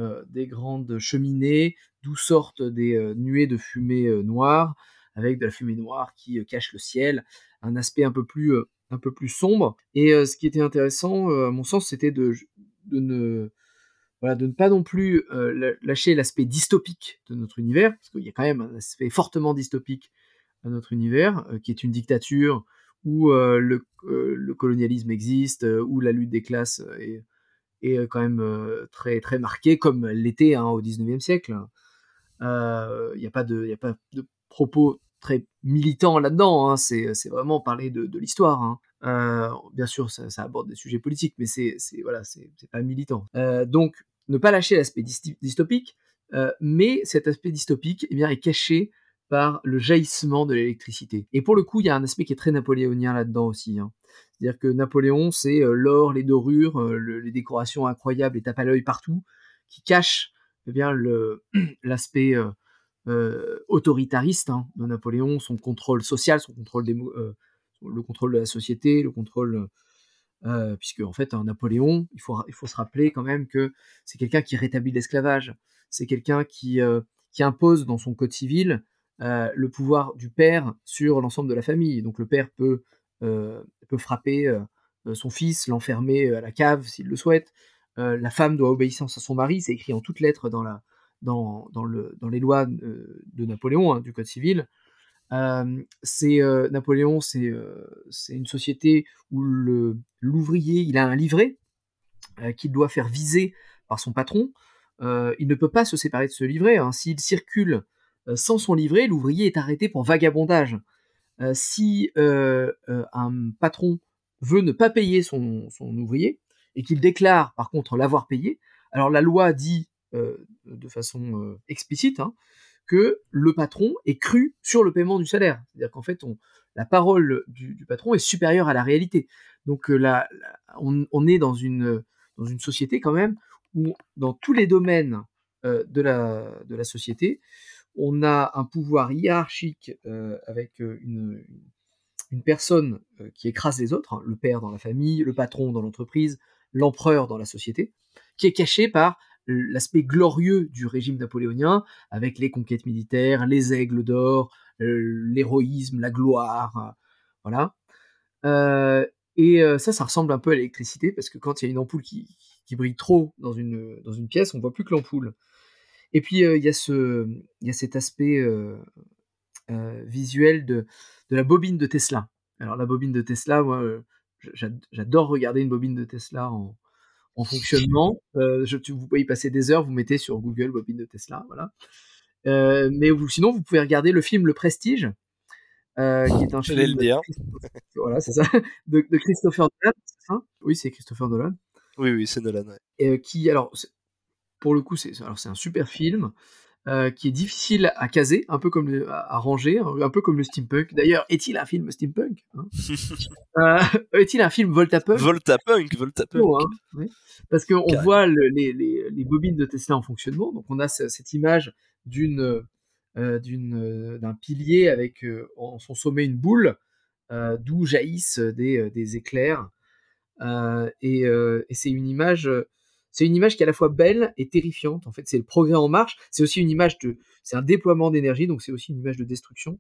cheminées d'où sortent des nuées de fumée noire, avec de la fumée noire qui cache le ciel, un aspect un peu plus sombre. Et ce qui était intéressant, à mon sens, c'était de ne pas non plus lâcher l'aspect dystopique de notre univers, parce qu'il y a quand même un aspect fortement dystopique à notre univers, qui est une dictature où le colonialisme existe, où la lutte des classes est quand même très, très marquée, comme l'était au XIXe siècle. Il n'y a pas de propos très militants là-dedans, hein. C'est vraiment parler de l'histoire, hein. Bien sûr, ça aborde des sujets politiques, mais c'est pas militant. Donc, ne pas lâcher l'aspect dystopique, mais cet aspect dystopique eh bien, est caché par le jaillissement de l'électricité. Et pour le coup, il y a un aspect qui est très napoléonien là-dedans aussi. Hein. C'est-à-dire que Napoléon, c'est l'or, les dorures, les décorations incroyables, les tape à l'œil partout, qui cachent eh bien, l'aspect autoritariste hein, de Napoléon, son contrôle social, le contrôle de la société, le contrôle... puisque en fait, un Napoléon, il faut se rappeler quand même que c'est quelqu'un qui rétablit l'esclavage. C'est quelqu'un qui impose dans son code civil le pouvoir du père sur l'ensemble de la famille. Donc le père peut frapper son fils, l'enfermer à la cave s'il le souhaite. La femme doit obéissance à son mari, c'est écrit en toutes lettres dans les lois de Napoléon, hein, du code civil. Napoléon, c'est une société où l'ouvrier, il a un livret qu'il doit faire viser par son patron. Il ne peut pas se séparer de ce livret. Hein. S'il circule sans son livret, l'ouvrier est arrêté pour vagabondage. Si un patron veut ne pas payer son ouvrier et qu'il déclare par contre l'avoir payé, alors la loi dit de façon explicite hein, que le patron est cru sur le paiement du salaire. C'est-à-dire qu'en fait, la parole du patron est supérieure à la réalité. Donc on est dans une société quand même où dans tous les domaines de la société, on a un pouvoir hiérarchique avec une personne qui écrase les autres, hein, le père dans la famille, le patron dans l'entreprise, l'empereur dans la société, qui est caché par l'aspect glorieux du régime napoléonien, avec les conquêtes militaires, les aigles d'or, l'héroïsme, la gloire, voilà. Ça ressemble un peu à l'électricité, parce que quand il y a une ampoule qui brille trop dans une pièce, on voit plus que l'ampoule. Et puis il y a cet aspect visuel de la bobine de Tesla. Alors la bobine de Tesla, moi, j'adore regarder une bobine de Tesla en fonctionnement. Vous pouvez y passer des heures, vous mettez sur Google bobine de Tesla, voilà. Sinon, vous pouvez regarder le film Le Prestige, qui est un J'allais film le dire. voilà, c'est ça, de Christopher Nolan, c'est ça. Oui, c'est Christopher Nolan. Oui, c'est Nolan. Ouais. Alors, pour le coup, c'est un super film. Qui est difficile à caser, un peu comme à ranger, un peu comme le steampunk. D'ailleurs, est-il un film steampunk hein Est-il un film Voltapunk Voltapunk. Oh, hein, oui. Parce qu'on voit les bobines de Tesla en fonctionnement. Donc, on a cette image d'un pilier avec en son sommet une boule d'où jaillissent des éclairs. Et c'est une image qui est à la fois belle et terrifiante. En fait, c'est le progrès en marche. C'est aussi c'est un déploiement d'énergie, donc c'est aussi une image de destruction.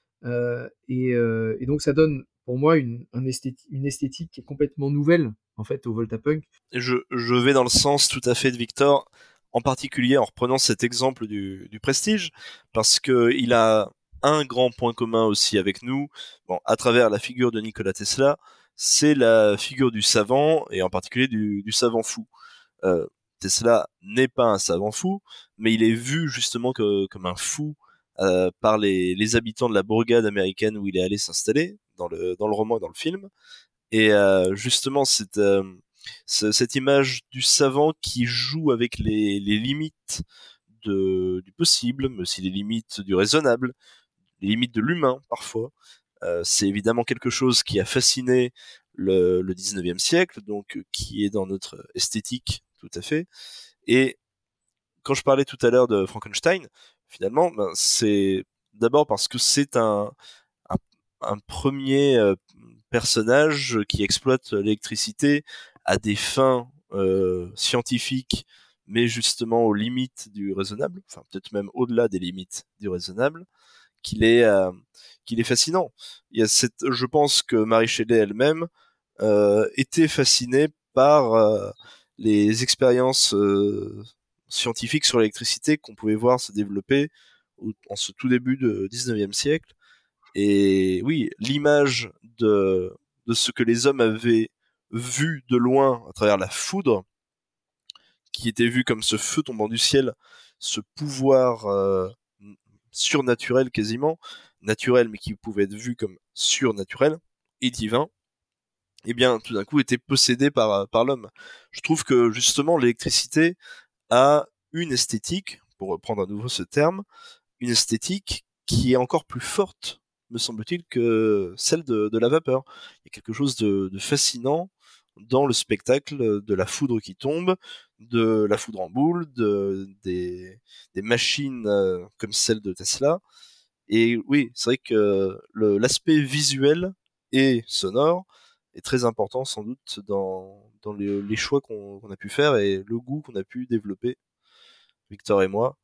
Et donc ça donne pour moi une esthétique qui est complètement nouvelle en fait au Voltapunk. Je vais dans le sens tout à fait de Victor, en particulier en reprenant cet exemple du Prestige, parce que il a un grand point commun aussi avec nous, bon, à travers la figure de Nikola Tesla, c'est la figure du savant, et en particulier du savant fou. Tesla n'est pas un savant fou, mais il est vu justement comme un fou par les habitants de la bourgade américaine où il est allé s'installer, dans le roman et dans le film. Et justement, cette image du savant qui joue avec les limites du possible, mais aussi les limites du raisonnable, les limites de l'humain parfois. C'est évidemment quelque chose qui a fasciné le 19e siècle, donc qui est dans notre esthétique tout à fait. Et quand je parlais tout à l'heure de Frankenstein, finalement, c'est d'abord parce que c'est un premier personnage qui exploite l'électricité à des fins scientifiques, mais justement aux limites du raisonnable, enfin peut-être même au-delà des limites du raisonnable, qu'il est fascinant. Je pense que Mary Shelley elle-même était fascinée par les expériences scientifiques sur l'électricité qu'on pouvait voir se développer en ce tout début du 19e siècle. Et oui, l'image de ce que les hommes avaient vu de loin à travers la foudre, qui était vu comme ce feu tombant du ciel, ce pouvoir surnaturel quasiment, naturel mais qui pouvait être vu comme surnaturel et divin, eh bien tout d'un coup était possédé par l'homme. Je trouve que justement l'électricité a une esthétique, pour reprendre à nouveau ce terme, une esthétique qui est encore plus forte, me semble-t-il, que celle de la vapeur. Il y a quelque chose de fascinant dans le spectacle de la foudre qui tombe, de la foudre en boule, des machines comme celle de Tesla. Et oui, c'est vrai que l'aspect visuel et sonore est très important sans doute dans les choix qu'on a pu faire et le goût qu'on a pu développer, Victor et moi,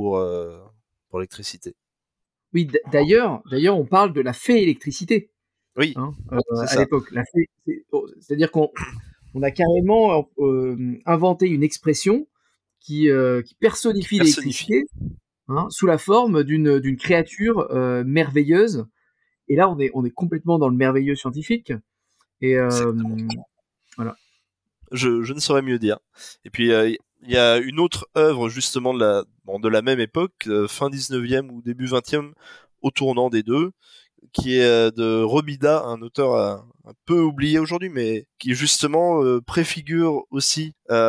pour l'électricité. Oui, d'ailleurs, on parle de la fée électricité, Oui, hein, c'est à ça. l'époque. La fée, c'est-à-dire qu'on a carrément inventé une expression qui personnifie Personnifie. l'électricité, hein, sous la forme d'une créature merveilleuse. Et là, on est complètement dans le merveilleux scientifique. Et Exactement. voilà. Je ne saurais mieux dire. Et puis, il y a une autre œuvre justement de la même époque, fin 19e ou début 20e, au tournant des deux, qui est de Robida, un auteur un peu oublié aujourd'hui, mais qui justement préfigure aussi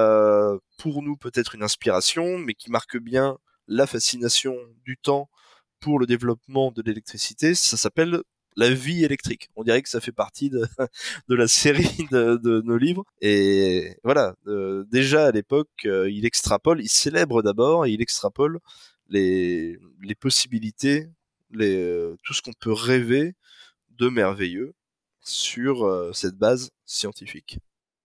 pour nous peut-être une inspiration, mais qui marque bien la fascination du temps pour le développement de l'électricité. Ça s'appelle La vie électrique. On dirait que ça fait partie de la série de nos livres. Et voilà, déjà à l'époque, il célèbre d'abord et il extrapole les possibilités, tout ce qu'on peut rêver de merveilleux sur cette base scientifique.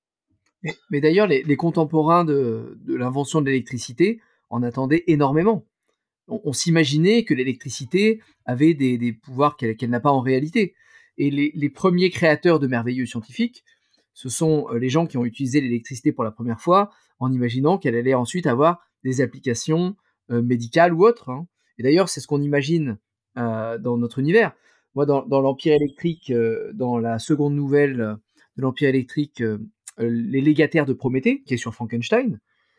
Mais d'ailleurs, les contemporains de l'invention de l'électricité en attendaient énormément. On s'imaginait que l'électricité avait des pouvoirs qu'elle n'a pas en réalité. Et les premiers créateurs de merveilleux scientifiques, ce sont les gens qui ont utilisé l'électricité pour la première fois en imaginant qu'elle allait ensuite avoir des applications médicales ou autres, hein. Et d'ailleurs, c'est ce qu'on imagine dans notre univers. Moi, dans l'Empire électrique, dans la seconde nouvelle de l'Empire électrique, les légataires de Prométhée, qui est sur Frankenstein,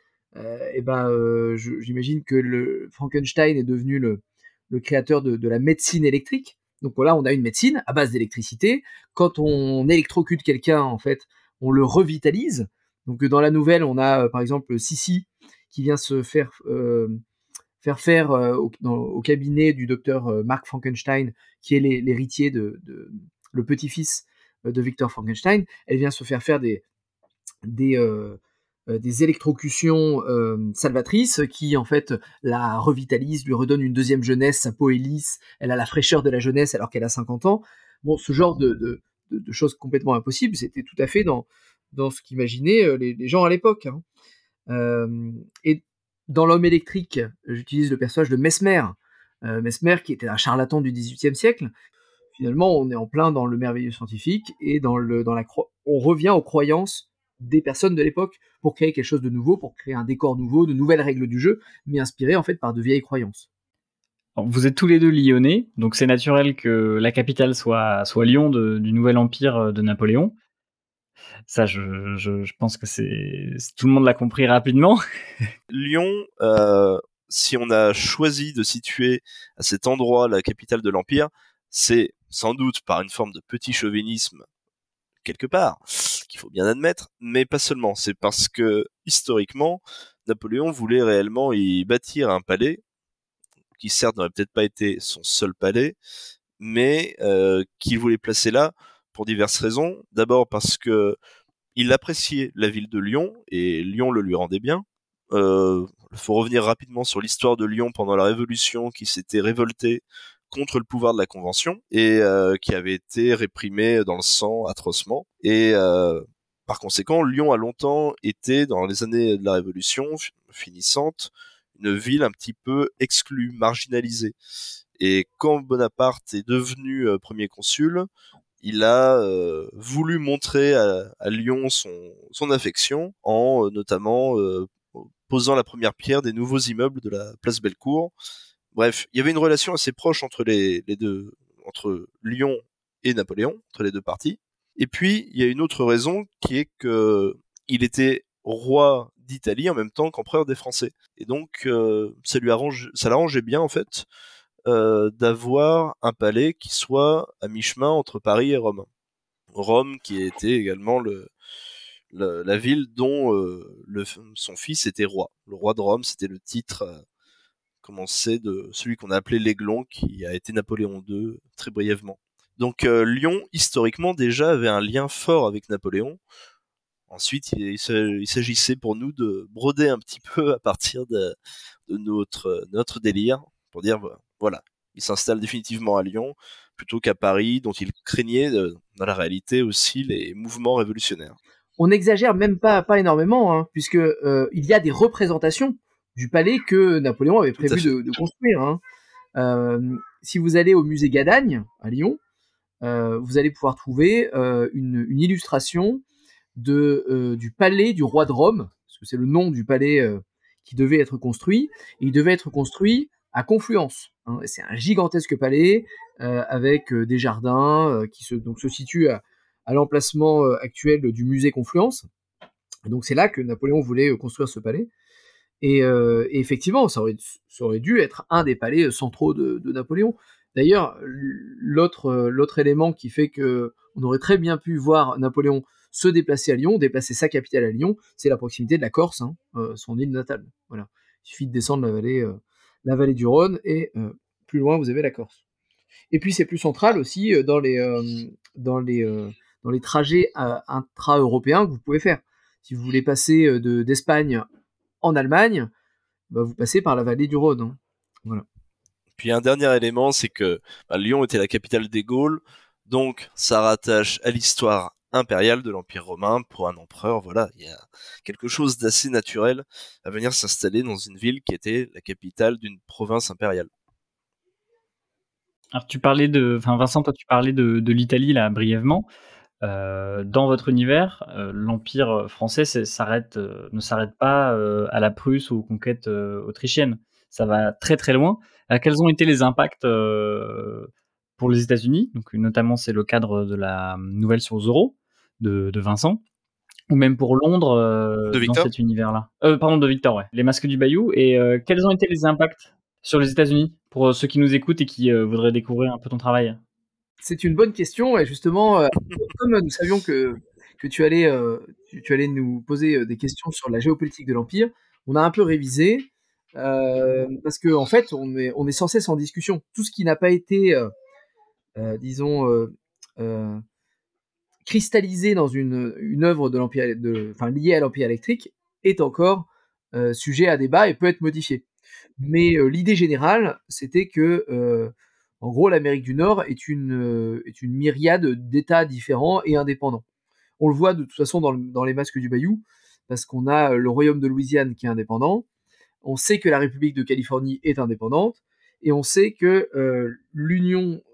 j'imagine que le Frankenstein est devenu le créateur de la médecine électrique. Donc voilà, on a une médecine à base d'électricité. Quand on électrocute quelqu'un, en fait, on le revitalise. Donc dans la nouvelle, on a par exemple Sissi qui vient se faire au cabinet du docteur Mark Frankenstein, qui est l'héritier le petit-fils de Victor Frankenstein. Elle vient se faire des, euh, des électrocutions salvatrices qui en fait la revitalisent, lui redonnent une deuxième jeunesse, sa peau est lisse, elle a la fraîcheur de la jeunesse alors qu'elle a 50 ans. Bon, ce genre de choses complètement impossibles, c'était tout à fait dans ce qu'imaginaient les gens à l'époque, hein. Et dans L'Homme électrique, j'utilise le personnage de Mesmer, Mesmer qui était un charlatan du XVIIIe siècle. Finalement, on est en plein dans le merveilleux scientifique et on revient aux croyances des personnes de l'époque pour créer quelque chose de nouveau, pour créer un décor nouveau, de nouvelles règles du jeu, mais inspiré en fait par de vieilles croyances. Alors, vous êtes tous les deux lyonnais, donc c'est naturel que la capitale soit Lyon du nouvel empire de Napoléon. Ça, je pense que tout le monde l'a compris rapidement. Lyon, si on a choisi de situer à cet endroit la capitale de l'Empire, c'est sans doute par une forme de petit chauvinisme quelque part, qu'il faut bien admettre, mais pas seulement. C'est parce que, historiquement, Napoléon voulait réellement y bâtir un palais, qui certes n'aurait peut-être pas été son seul palais, mais qu'il voulait placer là pour diverses raisons. D'abord parce que il appréciait la ville de Lyon, et Lyon le lui rendait bien. Il faut revenir rapidement sur l'histoire de Lyon pendant la Révolution, qui s'était révoltée contre le pouvoir de la Convention et qui avait été réprimée dans le sang atrocement. Et par conséquent, Lyon a longtemps été, dans les années de la Révolution finissante, une ville un petit peu exclue, marginalisée. Et quand Bonaparte est devenu premier consul, il a voulu montrer à Lyon son affection en notamment posant la première pierre des nouveaux immeubles de la place Bellecour. Bref, il y avait une relation assez proche entre les deux, entre Lyon et Napoléon, entre les deux parties. Et puis, il y a une autre raison qui est que il était roi d'Italie en même temps qu'empereur des Français. Et donc, ça l'arrangeait bien, en fait, d'avoir un palais qui soit à mi-chemin entre Paris et Rome. Rome qui était également la ville dont son fils était roi. Le roi de Rome, c'était le titre commencé de celui qu'on a appelé l'Aiglon, qui a été Napoléon II, très brièvement. Donc Lyon, historiquement, déjà avait un lien fort avec Napoléon. Ensuite, il s'agissait pour nous de broder un petit peu à partir de notre délire, pour dire, voilà, il s'installe définitivement à Lyon, plutôt qu'à Paris, dont il craignait, dans la réalité aussi, les mouvements révolutionnaires. On n'exagère même pas énormément, hein, puisque il y a des représentations du palais que Napoléon avait prévu de construire. Hein. Si vous allez au musée Gadagne à Lyon, vous allez pouvoir trouver une illustration du palais du roi de Rome, parce que c'est le nom du palais qui devait être construit, et il devait être construit à Confluence. Hein. C'est un gigantesque palais avec des jardins qui se situent à l'emplacement actuel du musée Confluence. Et donc c'est là que Napoléon voulait construire ce palais. Et effectivement, ça aurait dû être un des palais centraux de Napoléon. D'ailleurs, l'autre élément qui fait que on aurait très bien pu voir Napoléon se déplacer à Lyon, déplacer sa capitale à Lyon, c'est la proximité de la Corse, hein, son île natale. Voilà. Il suffit de descendre la vallée du Rhône et plus loin vous avez la Corse. Et puis c'est plus central aussi dans les trajets intra-européens que vous pouvez faire. Si vous voulez passer d'Espagne en Allemagne, bah, vous passez par la vallée du Rhône. Hein. Voilà. Puis un dernier élément, c'est que Lyon était la capitale des Gaules, donc ça rattache à l'histoire impériale de l'Empire romain. Pour un empereur, voilà, il y a quelque chose d'assez naturel à venir s'installer dans une ville qui était la capitale d'une province impériale. Alors Vincent, toi tu parlais de l'Italie là brièvement. Dans votre univers, l'Empire français ne s'arrête pas à la Prusse ou aux conquêtes autrichiennes. Ça va très très loin. Quels ont été les impacts pour les États-Unis? Donc notamment c'est le cadre de la nouvelle sur Zorro de Vincent, ou même pour Londres dans cet univers-là. Pardon, de Victor, ouais. Les Masques du Bayou. Et quels ont été les impacts sur les États-Unis pour ceux qui nous écoutent et qui voudraient découvrir un peu ton travail? C'est une bonne question et justement, comme nous savions que tu allais nous poser des questions sur la géopolitique de l'Empire, on a un peu révisé parce que en fait, on est sans cesse en discussion. Tout ce qui n'a pas été, disons, cristallisé dans une œuvre de l'Empire, liée à l'Empire électrique, est encore sujet à débat et peut être modifié. Mais l'idée générale, c'était que en gros, l'Amérique du Nord est une myriade d'États différents et indépendants. On le voit de toute façon dans les Masques du Bayou, parce qu'on a le Royaume de Louisiane qui est indépendant, on sait que la République de Californie est indépendante, et on sait que l'Union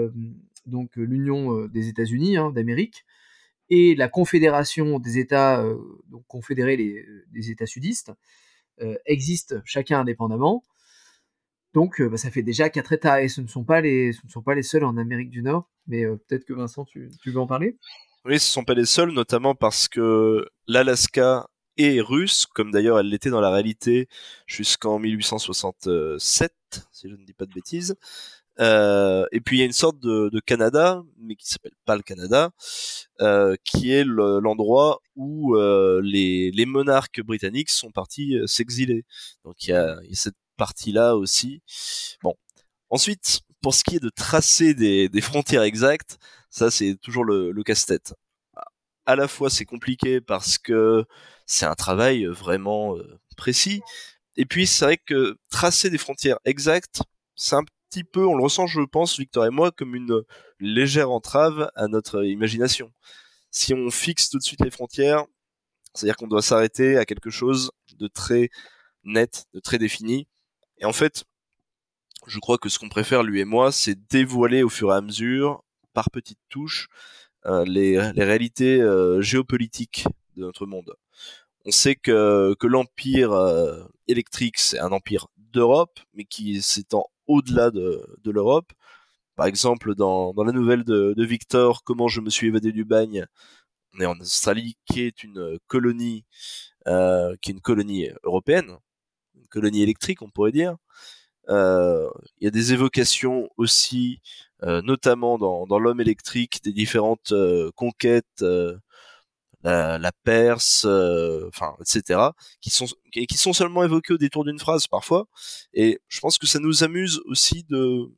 des États-Unis, hein, d'Amérique, et la Confédération des États, donc confédérés des États sudistes, existent chacun indépendamment. Donc ça fait déjà 4 États, et ce ne sont pas les seuls en Amérique du Nord, mais peut-être que Vincent, tu veux en parler? Oui, ce ne sont pas les seuls, notamment parce que l'Alaska est russe, comme d'ailleurs elle l'était dans la réalité jusqu'en 1867, si je ne dis pas de bêtises. Et puis il y a une sorte de Canada, mais qui s'appelle pas le Canada, qui est l'endroit où les monarques britanniques sont partis s'exiler. Donc il y a cette partie-là aussi. Bon. Ensuite, pour ce qui est de tracer des frontières exactes, ça c'est toujours le casse-tête. À la fois c'est compliqué parce que c'est un travail vraiment précis, et puis c'est vrai que tracer des frontières exactes, c'est un petit peu, on le ressent je pense, Victor et moi, comme une légère entrave à notre imagination. Si on fixe tout de suite les frontières, c'est-à-dire qu'on doit s'arrêter à quelque chose de très net, de très défini, et en fait, je crois que ce qu'on préfère, lui et moi, c'est dévoiler au fur et à mesure, par petites touches, les réalités géopolitiques de notre monde. On sait que l'empire électrique, c'est un empire d'Europe, mais qui s'étend au-delà de l'Europe. Par exemple, dans la nouvelle de Victor, Comment je me suis évadé du bagne, on est en Australie, qui est une colonie européenne, une colonie électrique, on pourrait dire. Il y a des évocations aussi, notamment dans l'homme électrique, des différentes conquêtes la Perse, etc., qui sont seulement évoqués au détour d'une phrase parfois. Et je pense que ça nous amuse aussi de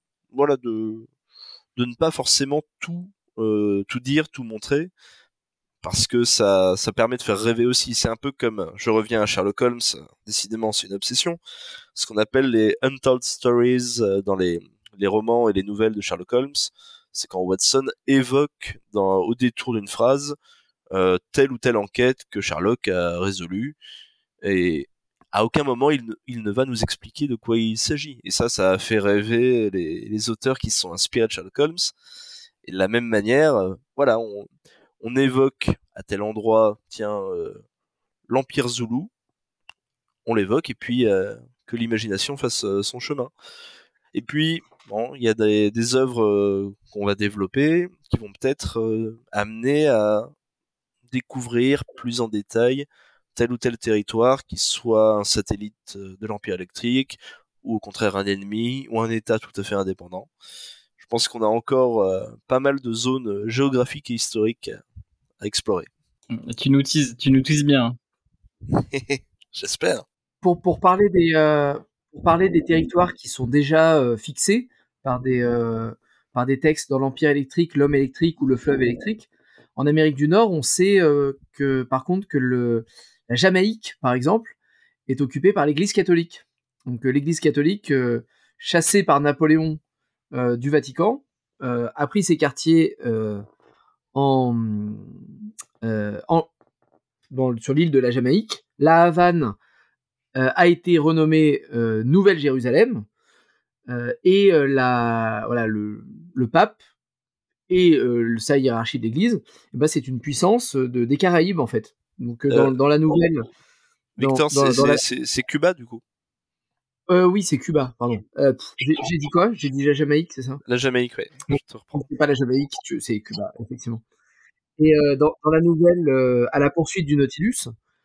ne pas forcément tout dire, tout montrer, parce que ça permet de faire rêver aussi. C'est un peu comme, je reviens à Sherlock Holmes, décidément c'est une obsession, ce qu'on appelle les untold stories dans les romans et les nouvelles de Sherlock Holmes. C'est quand Watson évoque au détour d'une phrase telle ou telle enquête que Sherlock a résolue, et à aucun moment il ne va nous expliquer de quoi il s'agit. Et ça a fait rêver les auteurs qui se sont inspirés de Sherlock Holmes. Et de la même manière, voilà, on évoque à tel endroit, tiens, l'Empire Zoulou, on l'évoque, et puis que l'imagination fasse son chemin. Et puis, bon, il y a des œuvres qu'on va développer qui vont peut-être amener à découvrir plus en détail tel ou tel territoire qui soit un satellite de l'Empire électrique, ou au contraire un ennemi, ou un État tout à fait indépendant. Je pense qu'on a encore pas mal de zones géographiques et historiques à explorer. Tu nous teases bien. J'espère. Pour parler des territoires qui sont déjà fixés par des textes dans l'Empire électrique, l'Homme électrique ou le Fleuve électrique, en Amérique du Nord, on sait que par contre que la Jamaïque, par exemple, est occupée par l'Église catholique. Donc l'Église catholique, chassée par Napoléon du Vatican, a pris ses quartiers sur l'île de la Jamaïque. La Havane a été renommée Nouvelle-Jérusalem, et le pape et sa hiérarchie d'église, c'est une puissance des Caraïbes en fait. Donc dans la nouvelle, Victor, c'est Cuba du coup. Oui, c'est Cuba, pardon. J'ai dit quoi? J'ai dit la Jamaïque, c'est ça? La Jamaïque, ouais. Je te reprends. C'est pas la Jamaïque, c'est Cuba, effectivement. Et dans la nouvelle, à la poursuite du Nautilus,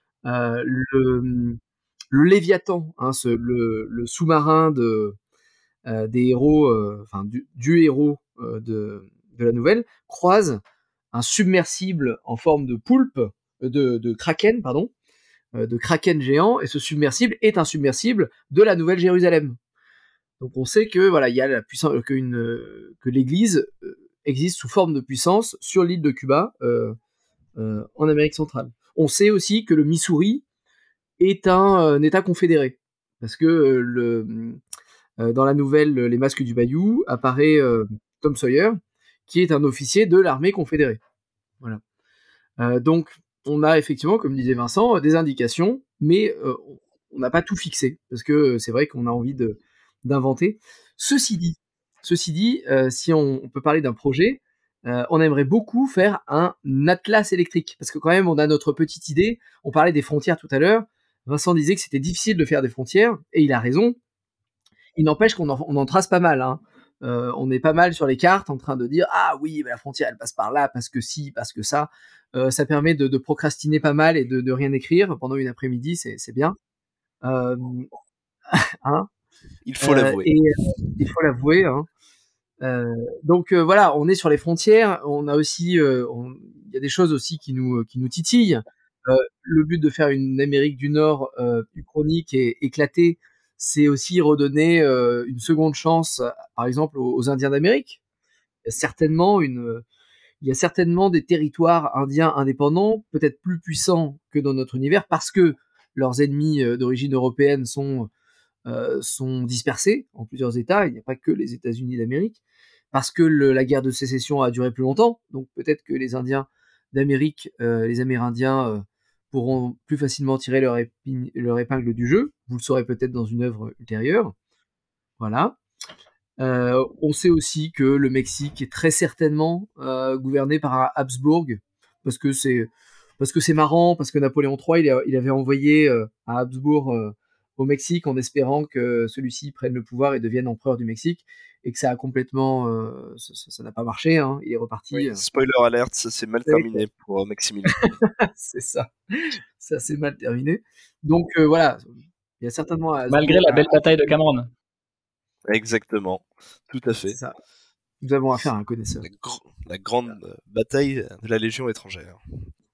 le Léviathan, hein, le sous-marin des héros, du héros de la nouvelle, croise un submersible en forme de poulpe, de kraken, pardon, de kraken géant, et ce submersible est un submersible de la Nouvelle Jérusalem. Donc on sait que voilà, il y a la puissance, que l'Église existe sous forme de puissance sur l'île de Cuba, en Amérique centrale. On sait aussi que le Missouri est un État confédéré, parce que dans la nouvelle Les Masques du Bayou apparaît Tom Sawyer, qui est un officier de l'armée confédérée. Voilà. Donc on a effectivement, comme disait Vincent, des indications, mais on n'a pas tout fixé, parce que c'est vrai qu'on a envie d'inventer. Ceci dit, si on peut parler d'un projet, on aimerait beaucoup faire un atlas électrique, parce que quand même on a notre petite idée. On parlait des frontières tout à l'heure. Vincent disait que c'était difficile de faire des frontières, et il a raison. Il n'empêche qu'on en trace pas mal, hein. On est pas mal sur les cartes en train de dire ah oui, la frontière elle passe par là parce que si, parce que ça. Ça permet de procrastiner pas mal et de rien écrire pendant une après-midi, c'est bien. Hein, il faut l'avouer. Il faut l'avouer. Hein. Donc voilà, on est sur les frontières. On a aussi, il y a des choses aussi qui nous titillent. Le but de faire une Amérique du Nord uchronique et éclatée, c'est aussi redonner une seconde chance, par exemple, aux Indiens d'Amérique. Il y a certainement des territoires indiens indépendants, peut-être plus puissants que dans notre univers, parce que leurs ennemis d'origine européenne sont dispersés en plusieurs États. Il n'y a pas que les États-Unis d'Amérique, parce que la guerre de sécession a duré plus longtemps. Donc peut-être que les Indiens d'Amérique, les Amérindiens, pourront plus facilement tirer leur épingle du jeu. Vous le saurez peut-être dans une œuvre ultérieure. Voilà. On sait aussi que le Mexique est très certainement gouverné par Habsbourg, parce que c'est marrant, parce que Napoléon III il avait envoyé à Habsbourg au Mexique en espérant que celui-ci prenne le pouvoir et devienne empereur du Mexique, et que ça a complètement ça n'a pas marché, hein. Il est reparti. Oui, spoiler alert, ça s'est mal terminé pour Maximilien. C'est ça s'est mal terminé. Donc voilà, il y a certainement malgré la belle bataille de Cameron. Exactement, tout à fait. C'est ça. Nous avons affaire à un connaisseur. La grande bataille de la Légion étrangère.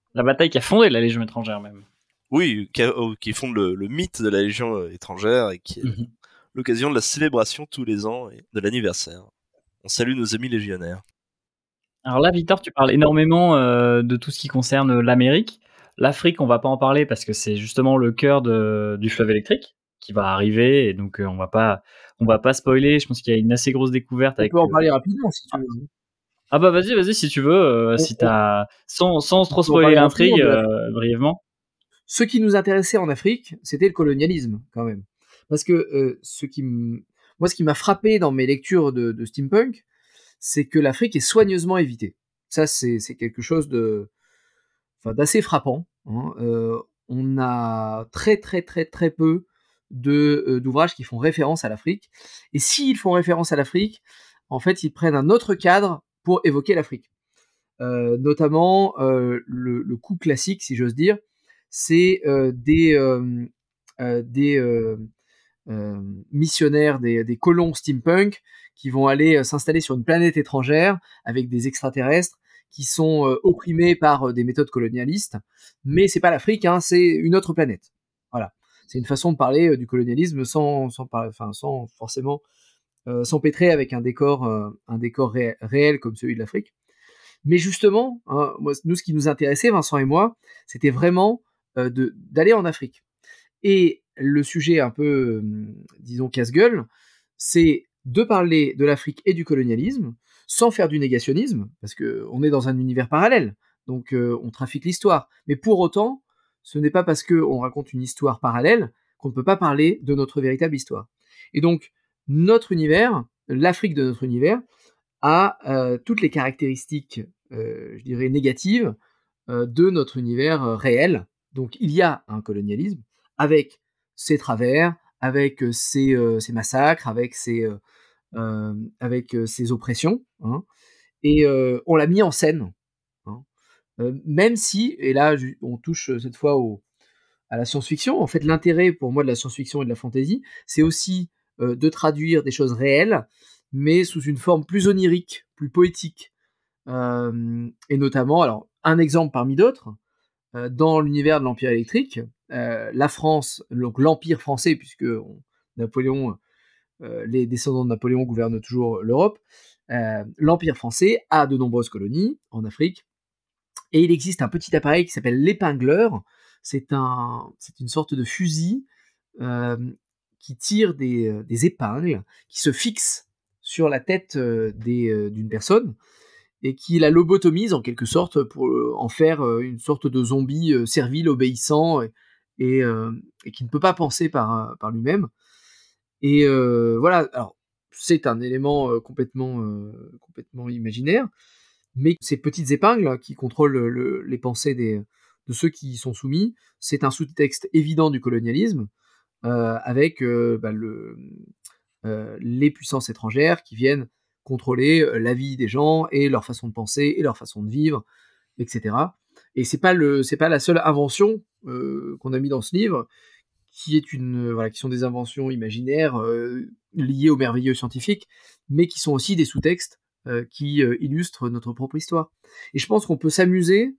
La bataille qui a fondé la Légion étrangère même. Oui, qui fonde le mythe de la Légion étrangère et qui est l'occasion de la célébration tous les ans et de l'anniversaire. On salue nos amis légionnaires. Alors là, Victor, tu parles énormément de tout ce qui concerne l'Amérique. L'Afrique, on va pas en parler parce que c'est justement le cœur du fleuve électrique qui va arriver, et donc on va pas spoiler. Je pense qu'il y a une assez grosse découverte On avec. peut en parler rapidement si tu veux. Ah bah vas-y si tu veux, si t'as sans trop spoiler l'intrigue, brièvement. Ce qui nous intéressait en Afrique, c'était le colonialisme quand même, parce que ce qui m'a frappé dans mes lectures de steampunk, c'est que l'Afrique est soigneusement évitée. Ça, c'est quelque chose d'assez frappant. Hein. On a très peu d'ouvrages qui font référence à l'Afrique. Et s'ils font référence à l'Afrique, en fait, ils prennent un autre cadre pour évoquer l'Afrique. Notamment, le coup classique, si j'ose dire, c'est des missionnaires, des colons steampunk qui vont aller s'installer sur une planète étrangère avec des extraterrestres qui sont opprimés par des méthodes colonialistes, mais c'est pas l'Afrique, hein, c'est une autre planète. Voilà, c'est une façon de parler du colonialisme sans forcément s'empêtrer avec un décor réel comme celui de l'Afrique. Mais justement, hein, nous, ce qui nous intéressait, Vincent et moi, c'était vraiment d'aller en Afrique. Et le sujet un peu, disons, casse-gueule, c'est de parler de l'Afrique et du colonialisme, sans faire du négationnisme, parce qu'on est dans un univers parallèle, donc on trafique l'histoire. Mais pour autant, ce n'est pas parce qu'on raconte une histoire parallèle qu'on ne peut pas parler de notre véritable histoire. Et donc, notre univers, l'Afrique de notre univers, a toutes les caractéristiques, je dirais, négatives de notre univers réel. Donc, il y a un colonialisme avec ses travers, avec ses massacres, avec ses oppressions, hein, et on l'a mis en scène, hein. Même si, et là on touche cette fois à la science-fiction, en fait l'intérêt pour moi de la science-fiction et de la fantasy, c'est aussi de traduire des choses réelles, mais sous une forme plus onirique, plus poétique, et notamment, alors un exemple parmi d'autres, dans l'univers de l'Empire électrique, la France, donc l'Empire français, puisque Napoléon, les descendants de Napoléon gouvernent toujours l'Europe, l'Empire français a de nombreuses colonies en Afrique, et il existe un petit appareil qui s'appelle l'épingleur. C'est une sorte de fusil qui tire des épingles, qui se fixe sur la tête d'une personne, et qui la lobotomise en quelque sorte pour en faire une sorte de zombie servile, obéissant, et qui ne peut pas penser par lui-même. Et voilà, alors c'est un élément complètement imaginaire, mais ces petites épingles qui contrôlent les pensées de ceux qui y sont soumis, c'est un sous-texte évident du colonialisme, avec les puissances étrangères qui viennent contrôler la vie des gens et leur façon de penser et leur façon de vivre, etc. Et c'est pas la seule invention qu'on a mis dans ce livre, qui sont des inventions imaginaires liées au merveilleux scientifique, mais qui sont aussi des sous-textes qui illustrent notre propre histoire. Et je pense qu'on peut s'amuser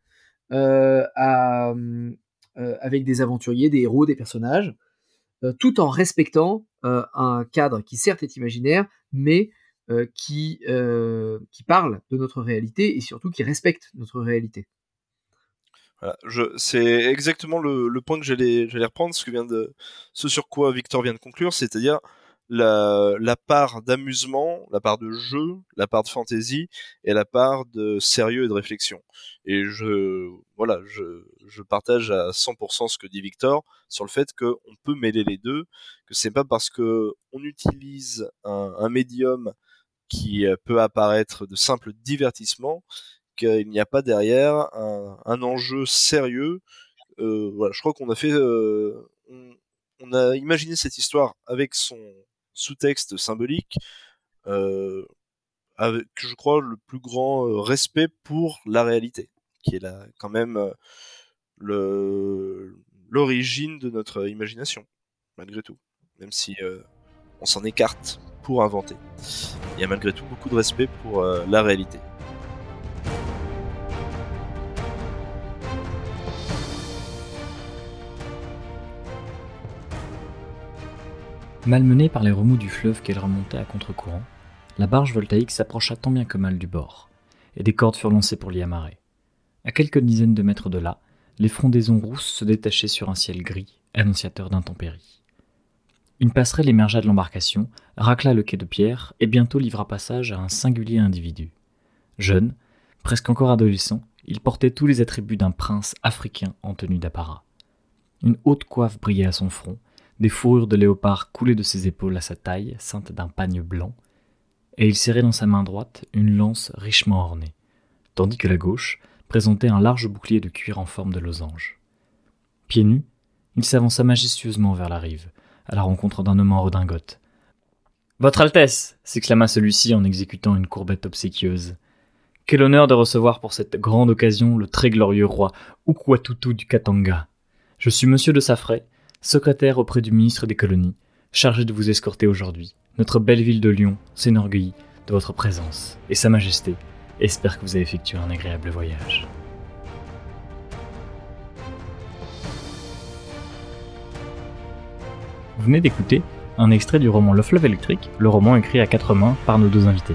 avec des aventuriers, des héros, des personnages, tout en respectant un cadre qui certes est imaginaire, mais qui parle de notre réalité et surtout qui respecte notre réalité. Voilà, c'est exactement le point que j'allais reprendre, ce sur quoi Victor vient de conclure, c'est-à-dire la part d'amusement, la part de jeu, la part de fantaisie et la part de sérieux et de réflexion. Et je partage à 100% ce que dit Victor sur le fait qu'on peut mêler les deux, que c'est pas parce que on utilise un médium qui peut apparaître de simple divertissement qu'il n'y a pas derrière un enjeu sérieux. Voilà, je crois qu'on a fait, on a imaginé cette histoire avec son sous-texte symbolique, avec, je crois, le plus grand respect pour la réalité, qui est là quand même l'origine de notre imagination, malgré tout, même si on s'en écarte pour inventer. Il y a malgré tout beaucoup de respect pour la réalité. Malmenée par les remous du fleuve qu'elle remontait à contre-courant, la barge voltaïque s'approcha tant bien que mal du bord, et des cordes furent lancées pour l'y amarrer. À quelques dizaines de mètres de là, les frondaisons rousses se détachaient sur un ciel gris, annonciateur d'intempéries. Une passerelle émergea de l'embarcation, racla le quai de pierre et bientôt livra passage à un singulier individu. Jeune, presque encore adolescent, il portait tous les attributs d'un prince africain en tenue d'apparat. Une haute coiffe brillait à son front, des fourrures de léopard coulaient de ses épaules à sa taille, ceinte d'un pagne blanc, et il serrait dans sa main droite une lance richement ornée, tandis que la gauche présentait un large bouclier de cuir en forme de losange. Pieds nus, il s'avança majestueusement vers la rive, à la rencontre d'un homme en redingote. « Votre Altesse !» s'exclama celui-ci en exécutant une courbette obséquieuse. « Quel honneur de recevoir pour cette grande occasion le très glorieux roi Ukwatutu du Katanga. Je suis monsieur de Safrey, secrétaire auprès du ministre des colonies, chargé de vous escorter aujourd'hui. Notre belle ville de Lyon s'enorgueillit de votre présence, et Sa Majesté espère que vous avez effectué un agréable voyage. » Vous venez d'écouter un extrait du roman Le Fleuve électrique, le roman écrit à 4 mains par nos 2 invités.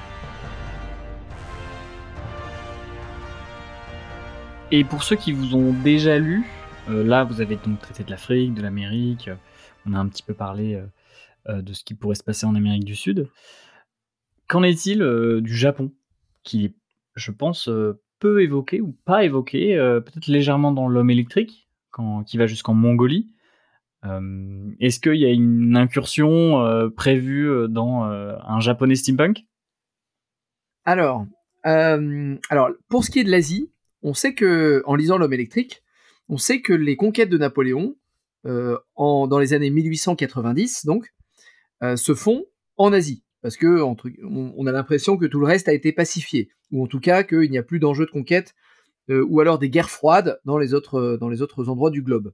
Et pour ceux qui vous ont déjà lu, là vous avez donc traité de l'Afrique, de l'Amérique, on a un petit peu parlé de ce qui pourrait se passer en Amérique du Sud. Qu'en est-il du Japon, qui est, je pense, peu évoqué ou pas évoqué, peut-être légèrement dans L'Homme électrique, qui va jusqu'en Mongolie. Est-ce qu'il y a une incursion prévue dans un japonais steampunk ? Alors, pour ce qui est de l'Asie, on sait que, en lisant L'Homme électrique, on sait que les conquêtes de Napoléon, dans les années 1890, donc, se font en Asie. Parce que on a l'impression que tout le reste a été pacifié, ou en tout cas qu'il n'y a plus d'enjeux de conquête, ou alors des guerres froides dans les autres endroits du globe.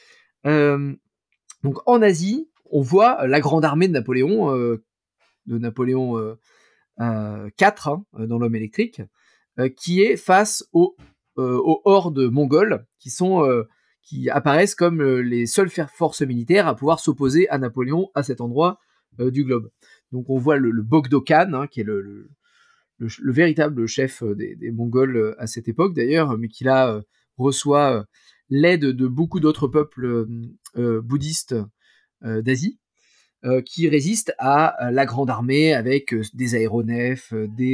Donc en Asie, on voit la grande armée de Napoléon IV, dans L'Homme électrique, qui est face aux hordes mongoles qui apparaissent comme les seules forces militaires à pouvoir s'opposer à Napoléon à cet endroit du globe. Donc on voit le Bogdo Khan, qui est le véritable chef des Mongols à cette époque d'ailleurs, mais qui là reçoit l'aide de beaucoup d'autres peuples bouddhistes d'Asie, qui résistent à la grande armée avec des aéronefs,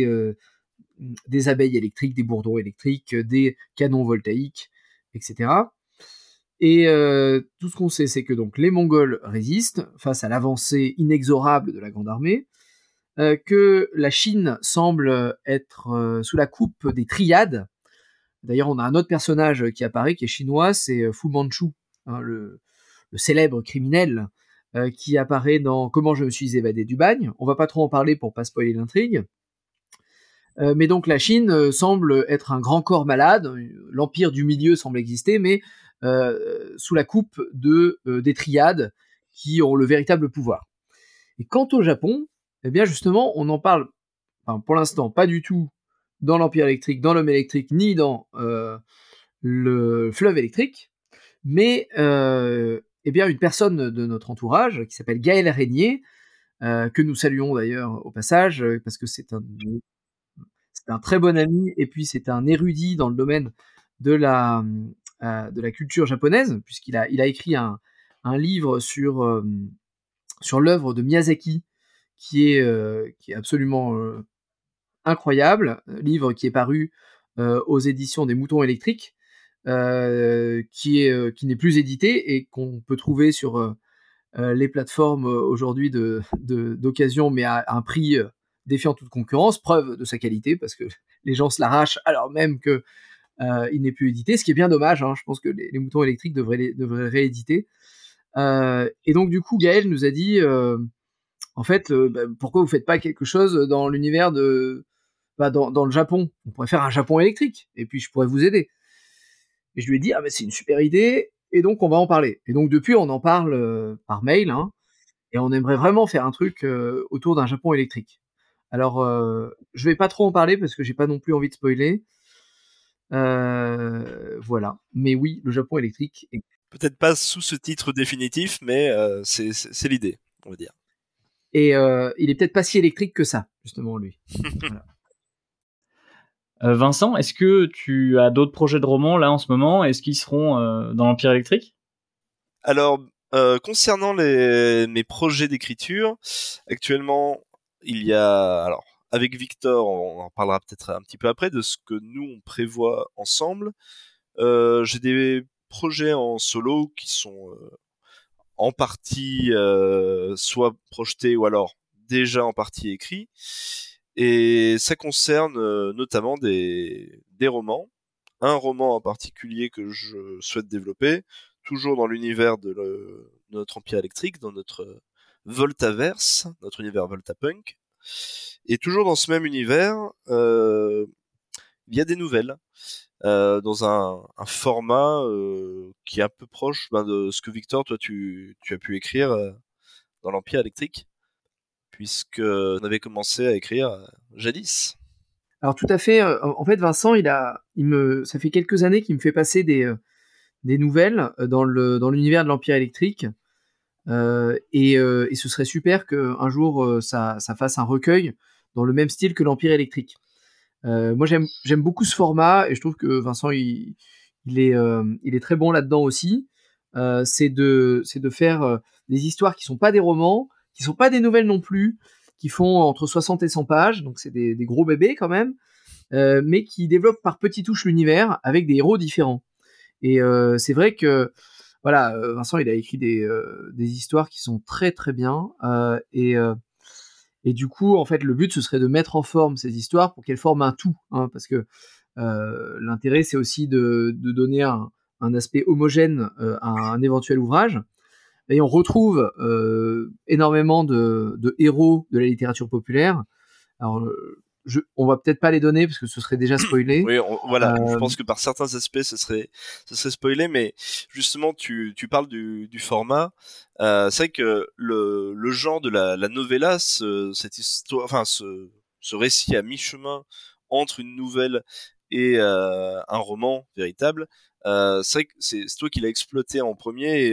des abeilles électriques, des bourdons électriques, des canons voltaïques, etc. Et tout ce qu'on sait, c'est que donc les Mongols résistent face à l'avancée inexorable de la grande armée, que la Chine semble être sous la coupe des Triades. D'ailleurs, on a un autre personnage qui apparaît, qui est chinois, c'est Fu Manchu, hein, le célèbre criminel qui apparaît dans Comment je me suis évadé du bagne. On va pas trop en parler pour pas spoiler l'intrigue. Mais donc la Chine semble être un grand corps malade, l'empire du milieu semble exister, mais sous la coupe des Triades qui ont le véritable pouvoir. Et quant au Japon, eh bien justement, on en parle, pour l'instant, pas du tout dans l'Empire électrique, dans l'Homme électrique, ni dans le Fleuve électrique, mais eh bien une personne de notre entourage qui s'appelle Gaël Régnier, que nous saluons d'ailleurs au passage, parce que c'est un très bon ami, et puis c'est un érudit dans le domaine de la culture japonaise, puisqu'il a écrit un livre sur l'œuvre de Miyazaki, qui est absolument incroyable, livre qui est paru aux éditions des Moutons électriques, qui n'est plus édité et qu'on peut trouver sur les plateformes aujourd'hui d'occasion, mais à un prix défiant toute concurrence, preuve de sa qualité, parce que les gens se l'arrachent alors même que il n'est plus édité, ce qui est bien dommage, hein. Je pense que les Moutons électriques devraient rééditer. Et donc du coup, Gaël nous a dit, en fait, pourquoi vous faites pas quelque chose dans l'univers dans le Japon? On pourrait faire un Japon électrique, et puis je pourrais vous aider. Et je lui ai dit, ah mais c'est une super idée, et donc on va en parler. Et donc depuis, on en parle par mail, hein, et on aimerait vraiment faire un truc autour d'un Japon électrique. Alors, je vais pas trop en parler parce que j'ai pas non plus envie de spoiler. Voilà. Mais oui, le Japon électrique. Peut-être pas sous ce titre définitif, mais c'est l'idée. on va dire. Et il est peut-être pas si électrique que ça, justement, lui. Voilà. Vincent, est-ce que tu as d'autres projets de romans là en ce moment? Est-ce qu'ils seront dans l'Empire électrique? Alors, concernant mes projets d'écriture, actuellement, il y a... Alors, avec Victor, on en parlera peut-être un petit peu après, de ce que nous, on prévoit ensemble. J'ai des projets en solo qui sont en partie soit projetés ou alors déjà en partie écrits. Et ça concerne notamment des romans. Un roman en particulier que je souhaite développer, toujours dans l'univers de notre Empire électrique, dans notre Voltaverse, notre univers Voltapunk. Et toujours dans ce même univers, il y a des nouvelles dans un format qui est un peu proche de ce que Victor, toi, tu as pu écrire dans l'Empire électrique, puisque on avait commencé à écrire jadis. Alors tout à fait. En fait, Vincent, ça fait quelques années qu'il me fait passer des nouvelles dans l'univers de l'Empire électrique. Et ce serait super qu'un jour ça fasse un recueil dans le même style que l'Empire électrique. Moi j'aime beaucoup ce format et je trouve que Vincent il est très bon là-dedans aussi. C'est de faire des histoires qui sont pas des romans, qui sont pas des nouvelles non plus, qui font entre 60 et 100 pages, donc c'est des gros bébés quand même, mais qui développent par petites touches l'univers avec des héros différents. Et c'est vrai que voilà, Vincent, il a écrit des histoires qui sont très très bien, et du coup, en fait, le but ce serait de mettre en forme ces histoires pour qu'elles forment un tout, hein, parce que l'intérêt c'est aussi de donner un aspect homogène à un éventuel ouvrage. Et on retrouve énormément de héros de la littérature populaire. Alors, on va peut-être pas les donner parce que ce serait déjà spoilé. Oui, voilà. Je pense que par certains aspects, ce serait spoilé, mais justement, tu parles du format. C'est vrai que le genre de la novella, cette histoire, enfin, ce récit à mi-chemin entre une nouvelle et un roman véritable, c'est vrai que c'est toi qui l'as exploité en premier.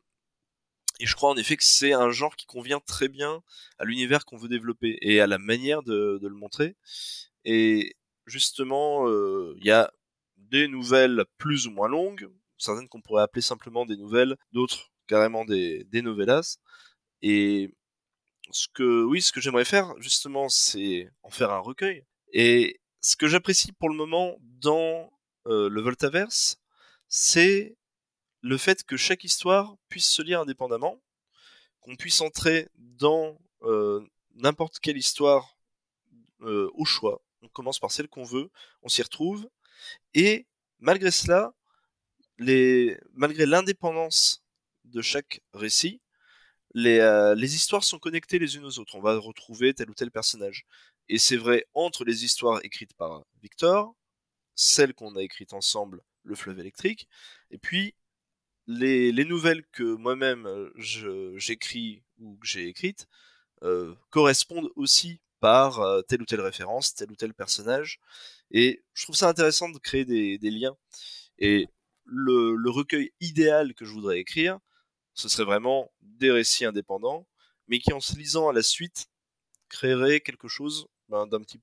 Et je crois en effet que c'est un genre qui convient très bien à l'univers qu'on veut développer et à la manière de le montrer. Et justement, il y a des nouvelles plus ou moins longues, certaines qu'on pourrait appeler simplement des nouvelles, d'autres carrément des novellas. Et ce que j'aimerais faire justement, c'est en faire un recueil. Et ce que j'apprécie pour le moment dans le Voltaverse, c'est le fait que chaque histoire puisse se lire indépendamment, qu'on puisse entrer dans n'importe quelle histoire au choix. On commence par celle qu'on veut, on s'y retrouve, et malgré cela, malgré l'indépendance de chaque récit, les histoires sont connectées les unes aux autres. On va retrouver tel ou tel personnage. Et c'est vrai entre les histoires écrites par Victor, celles qu'on a écrites ensemble, Le Fleuve électrique, et puis les nouvelles que moi-même j'écris ou que j'ai écrites correspondent aussi par telle ou telle référence, tel ou tel personnage. Et je trouve ça intéressant de créer des liens. Et le recueil idéal que je voudrais écrire, ce serait vraiment des récits indépendants, mais qui en se lisant à la suite créerait quelque chose d'un petit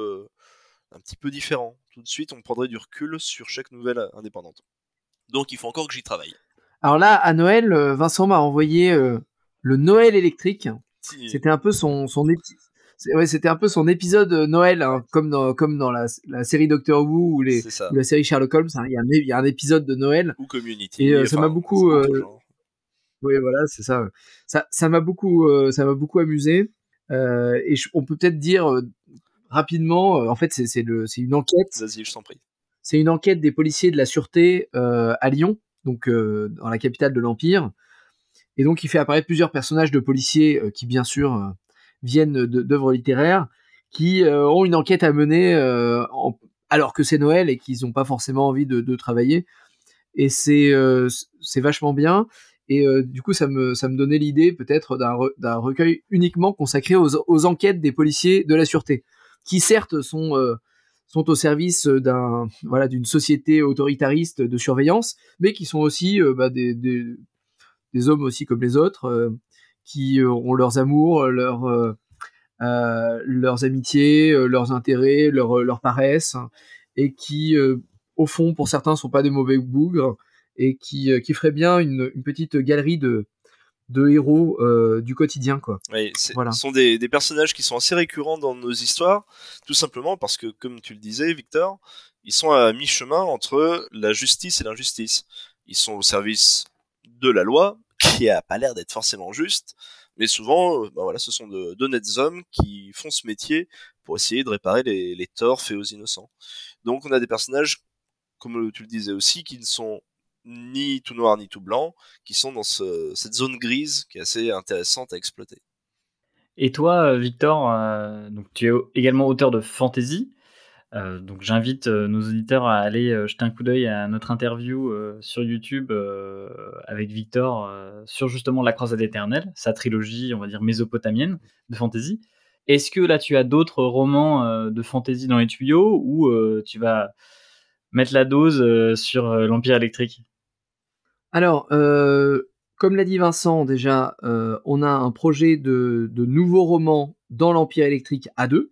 peu différent. Tout de suite, on prendrait du recul sur chaque nouvelle indépendante. Donc il faut encore que j'y travaille. Alors là, à Noël, Vincent m'a envoyé le Noël électrique. C'était un peu c'était un peu son épisode Noël, hein, comme dans la série Doctor Who ou la série Sherlock Holmes. Hein, il y a un épisode de Noël. Ou Community. Et ça m'a beaucoup. Oui, voilà, c'est ça. Ça m'a beaucoup amusé. Et on peut peut-être dire rapidement. En fait, c'est une enquête. Vas-y, je t'en prie. C'est une enquête des policiers de la sûreté à Lyon, donc dans la capitale de l'Empire. Et donc, il fait apparaître plusieurs personnages de policiers qui, bien sûr, viennent d'œuvres littéraires, qui ont une enquête à mener alors que c'est Noël et qu'ils n'ont pas forcément envie de travailler. Et c'est vachement bien. Et du coup, ça me donnait l'idée peut-être d'un recueil uniquement consacré aux enquêtes des policiers de la sûreté, qui certes sont au service d'une société autoritariste de surveillance, mais qui sont aussi des hommes aussi comme les autres, qui ont leurs amours, leurs amitiés, leurs intérêts, leur paresse, et qui, au fond, pour certains, sont pas des mauvais bougres, et qui ferait bien une petite galerie de héros du quotidien, quoi. Oui, Voilà. Ce sont des personnages qui sont assez récurrents dans nos histoires, tout simplement parce que, comme tu le disais, Victor, ils sont à mi-chemin entre la justice et l'injustice. Ils sont au service de la loi, qui a pas l'air d'être forcément juste, mais souvent, voilà, ce sont d'honnêtes hommes qui font ce métier pour essayer de réparer les torts faits aux innocents. Donc on a des personnages, comme tu le disais aussi, qui ne sont ni tout noir ni tout blanc, qui sont dans cette zone grise qui est assez intéressante à exploiter. Et toi, Victor, donc tu es également auteur de fantasy. Donc j'invite nos auditeurs à aller jeter un coup d'œil à notre interview sur YouTube avec Victor sur justement La Croisade éternelle, sa trilogie, on va dire mésopotamienne de fantasy. Est-ce que là tu as d'autres romans de fantasy dans les tuyaux, ou tu vas mettre la dose sur l'Empire électrique? Alors, comme l'a dit Vincent, déjà, on a un projet de nouveaux romans dans l'Empire électrique à 2.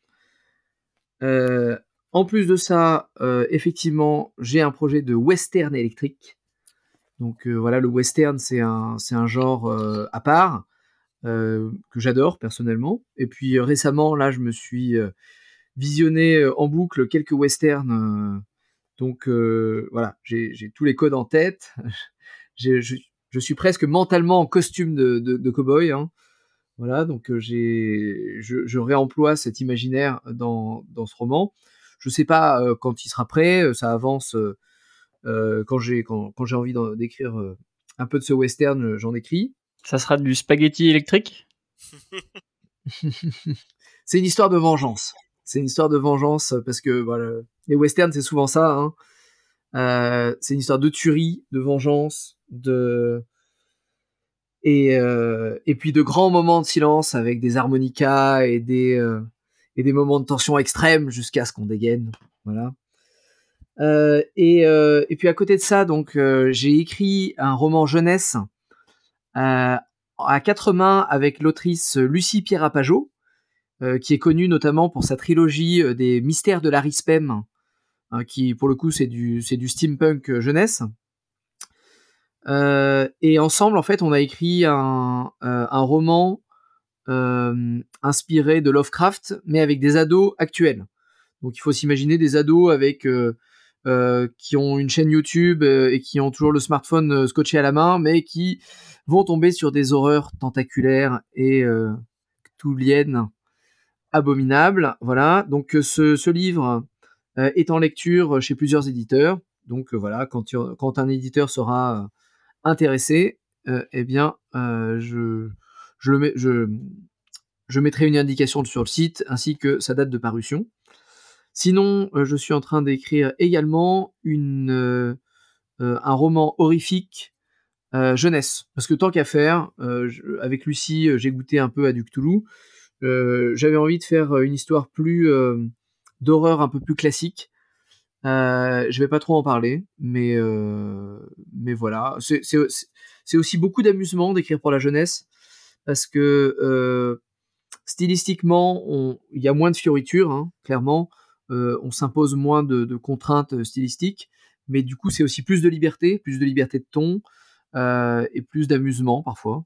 En plus de ça, effectivement, j'ai un projet de western électrique. Donc voilà, le western, c'est un genre à part, que j'adore personnellement. Et puis récemment, là, je me suis visionné en boucle quelques westerns. Donc voilà, j'ai tous les codes en tête. Je suis presque mentalement en costume de cow-boy, hein. Voilà, donc je réemploie cet imaginaire dans ce roman. Je sais pas quand il sera prêt, ça avance. Quand j'ai envie d'écrire un peu de ce western, j'en écris. Ça sera du spaghetti électrique? C'est une histoire de vengeance. C'est une histoire de vengeance parce que voilà, les westerns, c'est souvent ça, hein. C'est une histoire de tuerie, de vengeance, et puis de grands moments de silence avec des harmonicas et des moments de tension extrême jusqu'à ce qu'on dégaine. Voilà. Et puis à côté de ça, donc j'ai écrit un roman jeunesse à 4 mains avec l'autrice Lucie Pierapajot, qui est connue notamment pour sa trilogie des Mystères de Larry Spem, qui pour le coup c'est du steampunk jeunesse. Et ensemble, en fait, on a écrit un roman inspiré de Lovecraft, mais avec des ados actuels. Donc il faut s'imaginer des ados avec qui ont une chaîne YouTube et qui ont toujours le smartphone scotché à la main, mais qui vont tomber sur des horreurs tentaculaires et cthulhiennes abominables. Voilà, donc ce livre est en lecture chez plusieurs éditeurs. Donc voilà, quand un éditeur sera intéressé, eh bien je mettrai une indication sur le site ainsi que sa date de parution. Sinon, je suis en train d'écrire également un roman horrifique jeunesse. Parce que tant qu'à faire, avec Lucie, j'ai goûté un peu à du Cthulhu. J'avais envie de faire une histoire plus d'horreur un peu plus classique. Je vais pas trop en parler, mais voilà. C'est aussi beaucoup d'amusement d'écrire pour la jeunesse, parce que stylistiquement, il y a moins de fioritures, hein, clairement. On s'impose moins de contraintes stylistiques, mais du coup c'est aussi plus de liberté de ton, et plus d'amusement parfois.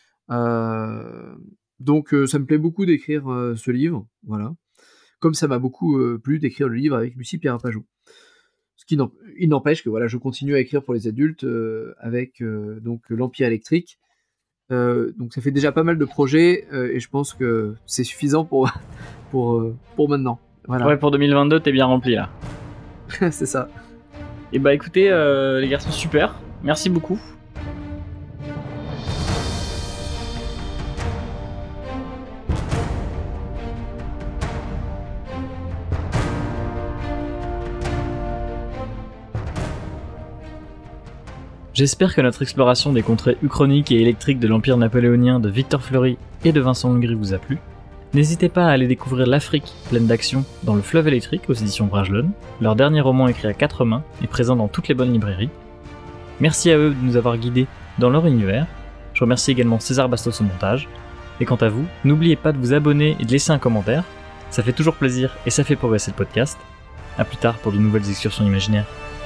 Donc ça me plaît beaucoup d'écrire ce livre, voilà. Comme ça m'a beaucoup plu d'écrire le livre avec Lucie Pierapajot. Il n'empêche que voilà, je continue à écrire pour les adultes avec donc l'Empire électrique. Donc ça fait déjà pas mal de projets et je pense que c'est suffisant pour maintenant. Voilà. Ouais, pour 2022, t'es bien rempli là. C'est ça. Et bah écoutez, les garçons, super. Merci beaucoup. J'espère que notre exploration des contrées uchroniques et électriques de l'Empire napoléonien de Victor Fleury et de Vincent Legris vous a plu. N'hésitez pas à aller découvrir l'Afrique pleine d'action dans Le Fleuve électrique aux éditions Bragelonne. Leur dernier roman écrit à 4 mains est présent dans toutes les bonnes librairies. Merci à eux de nous avoir guidés dans leur univers. Je remercie également César Bastos au montage. Et quant à vous, n'oubliez pas de vous abonner et de laisser un commentaire. Ça fait toujours plaisir et ça fait progresser le podcast. A plus tard pour de nouvelles excursions imaginaires.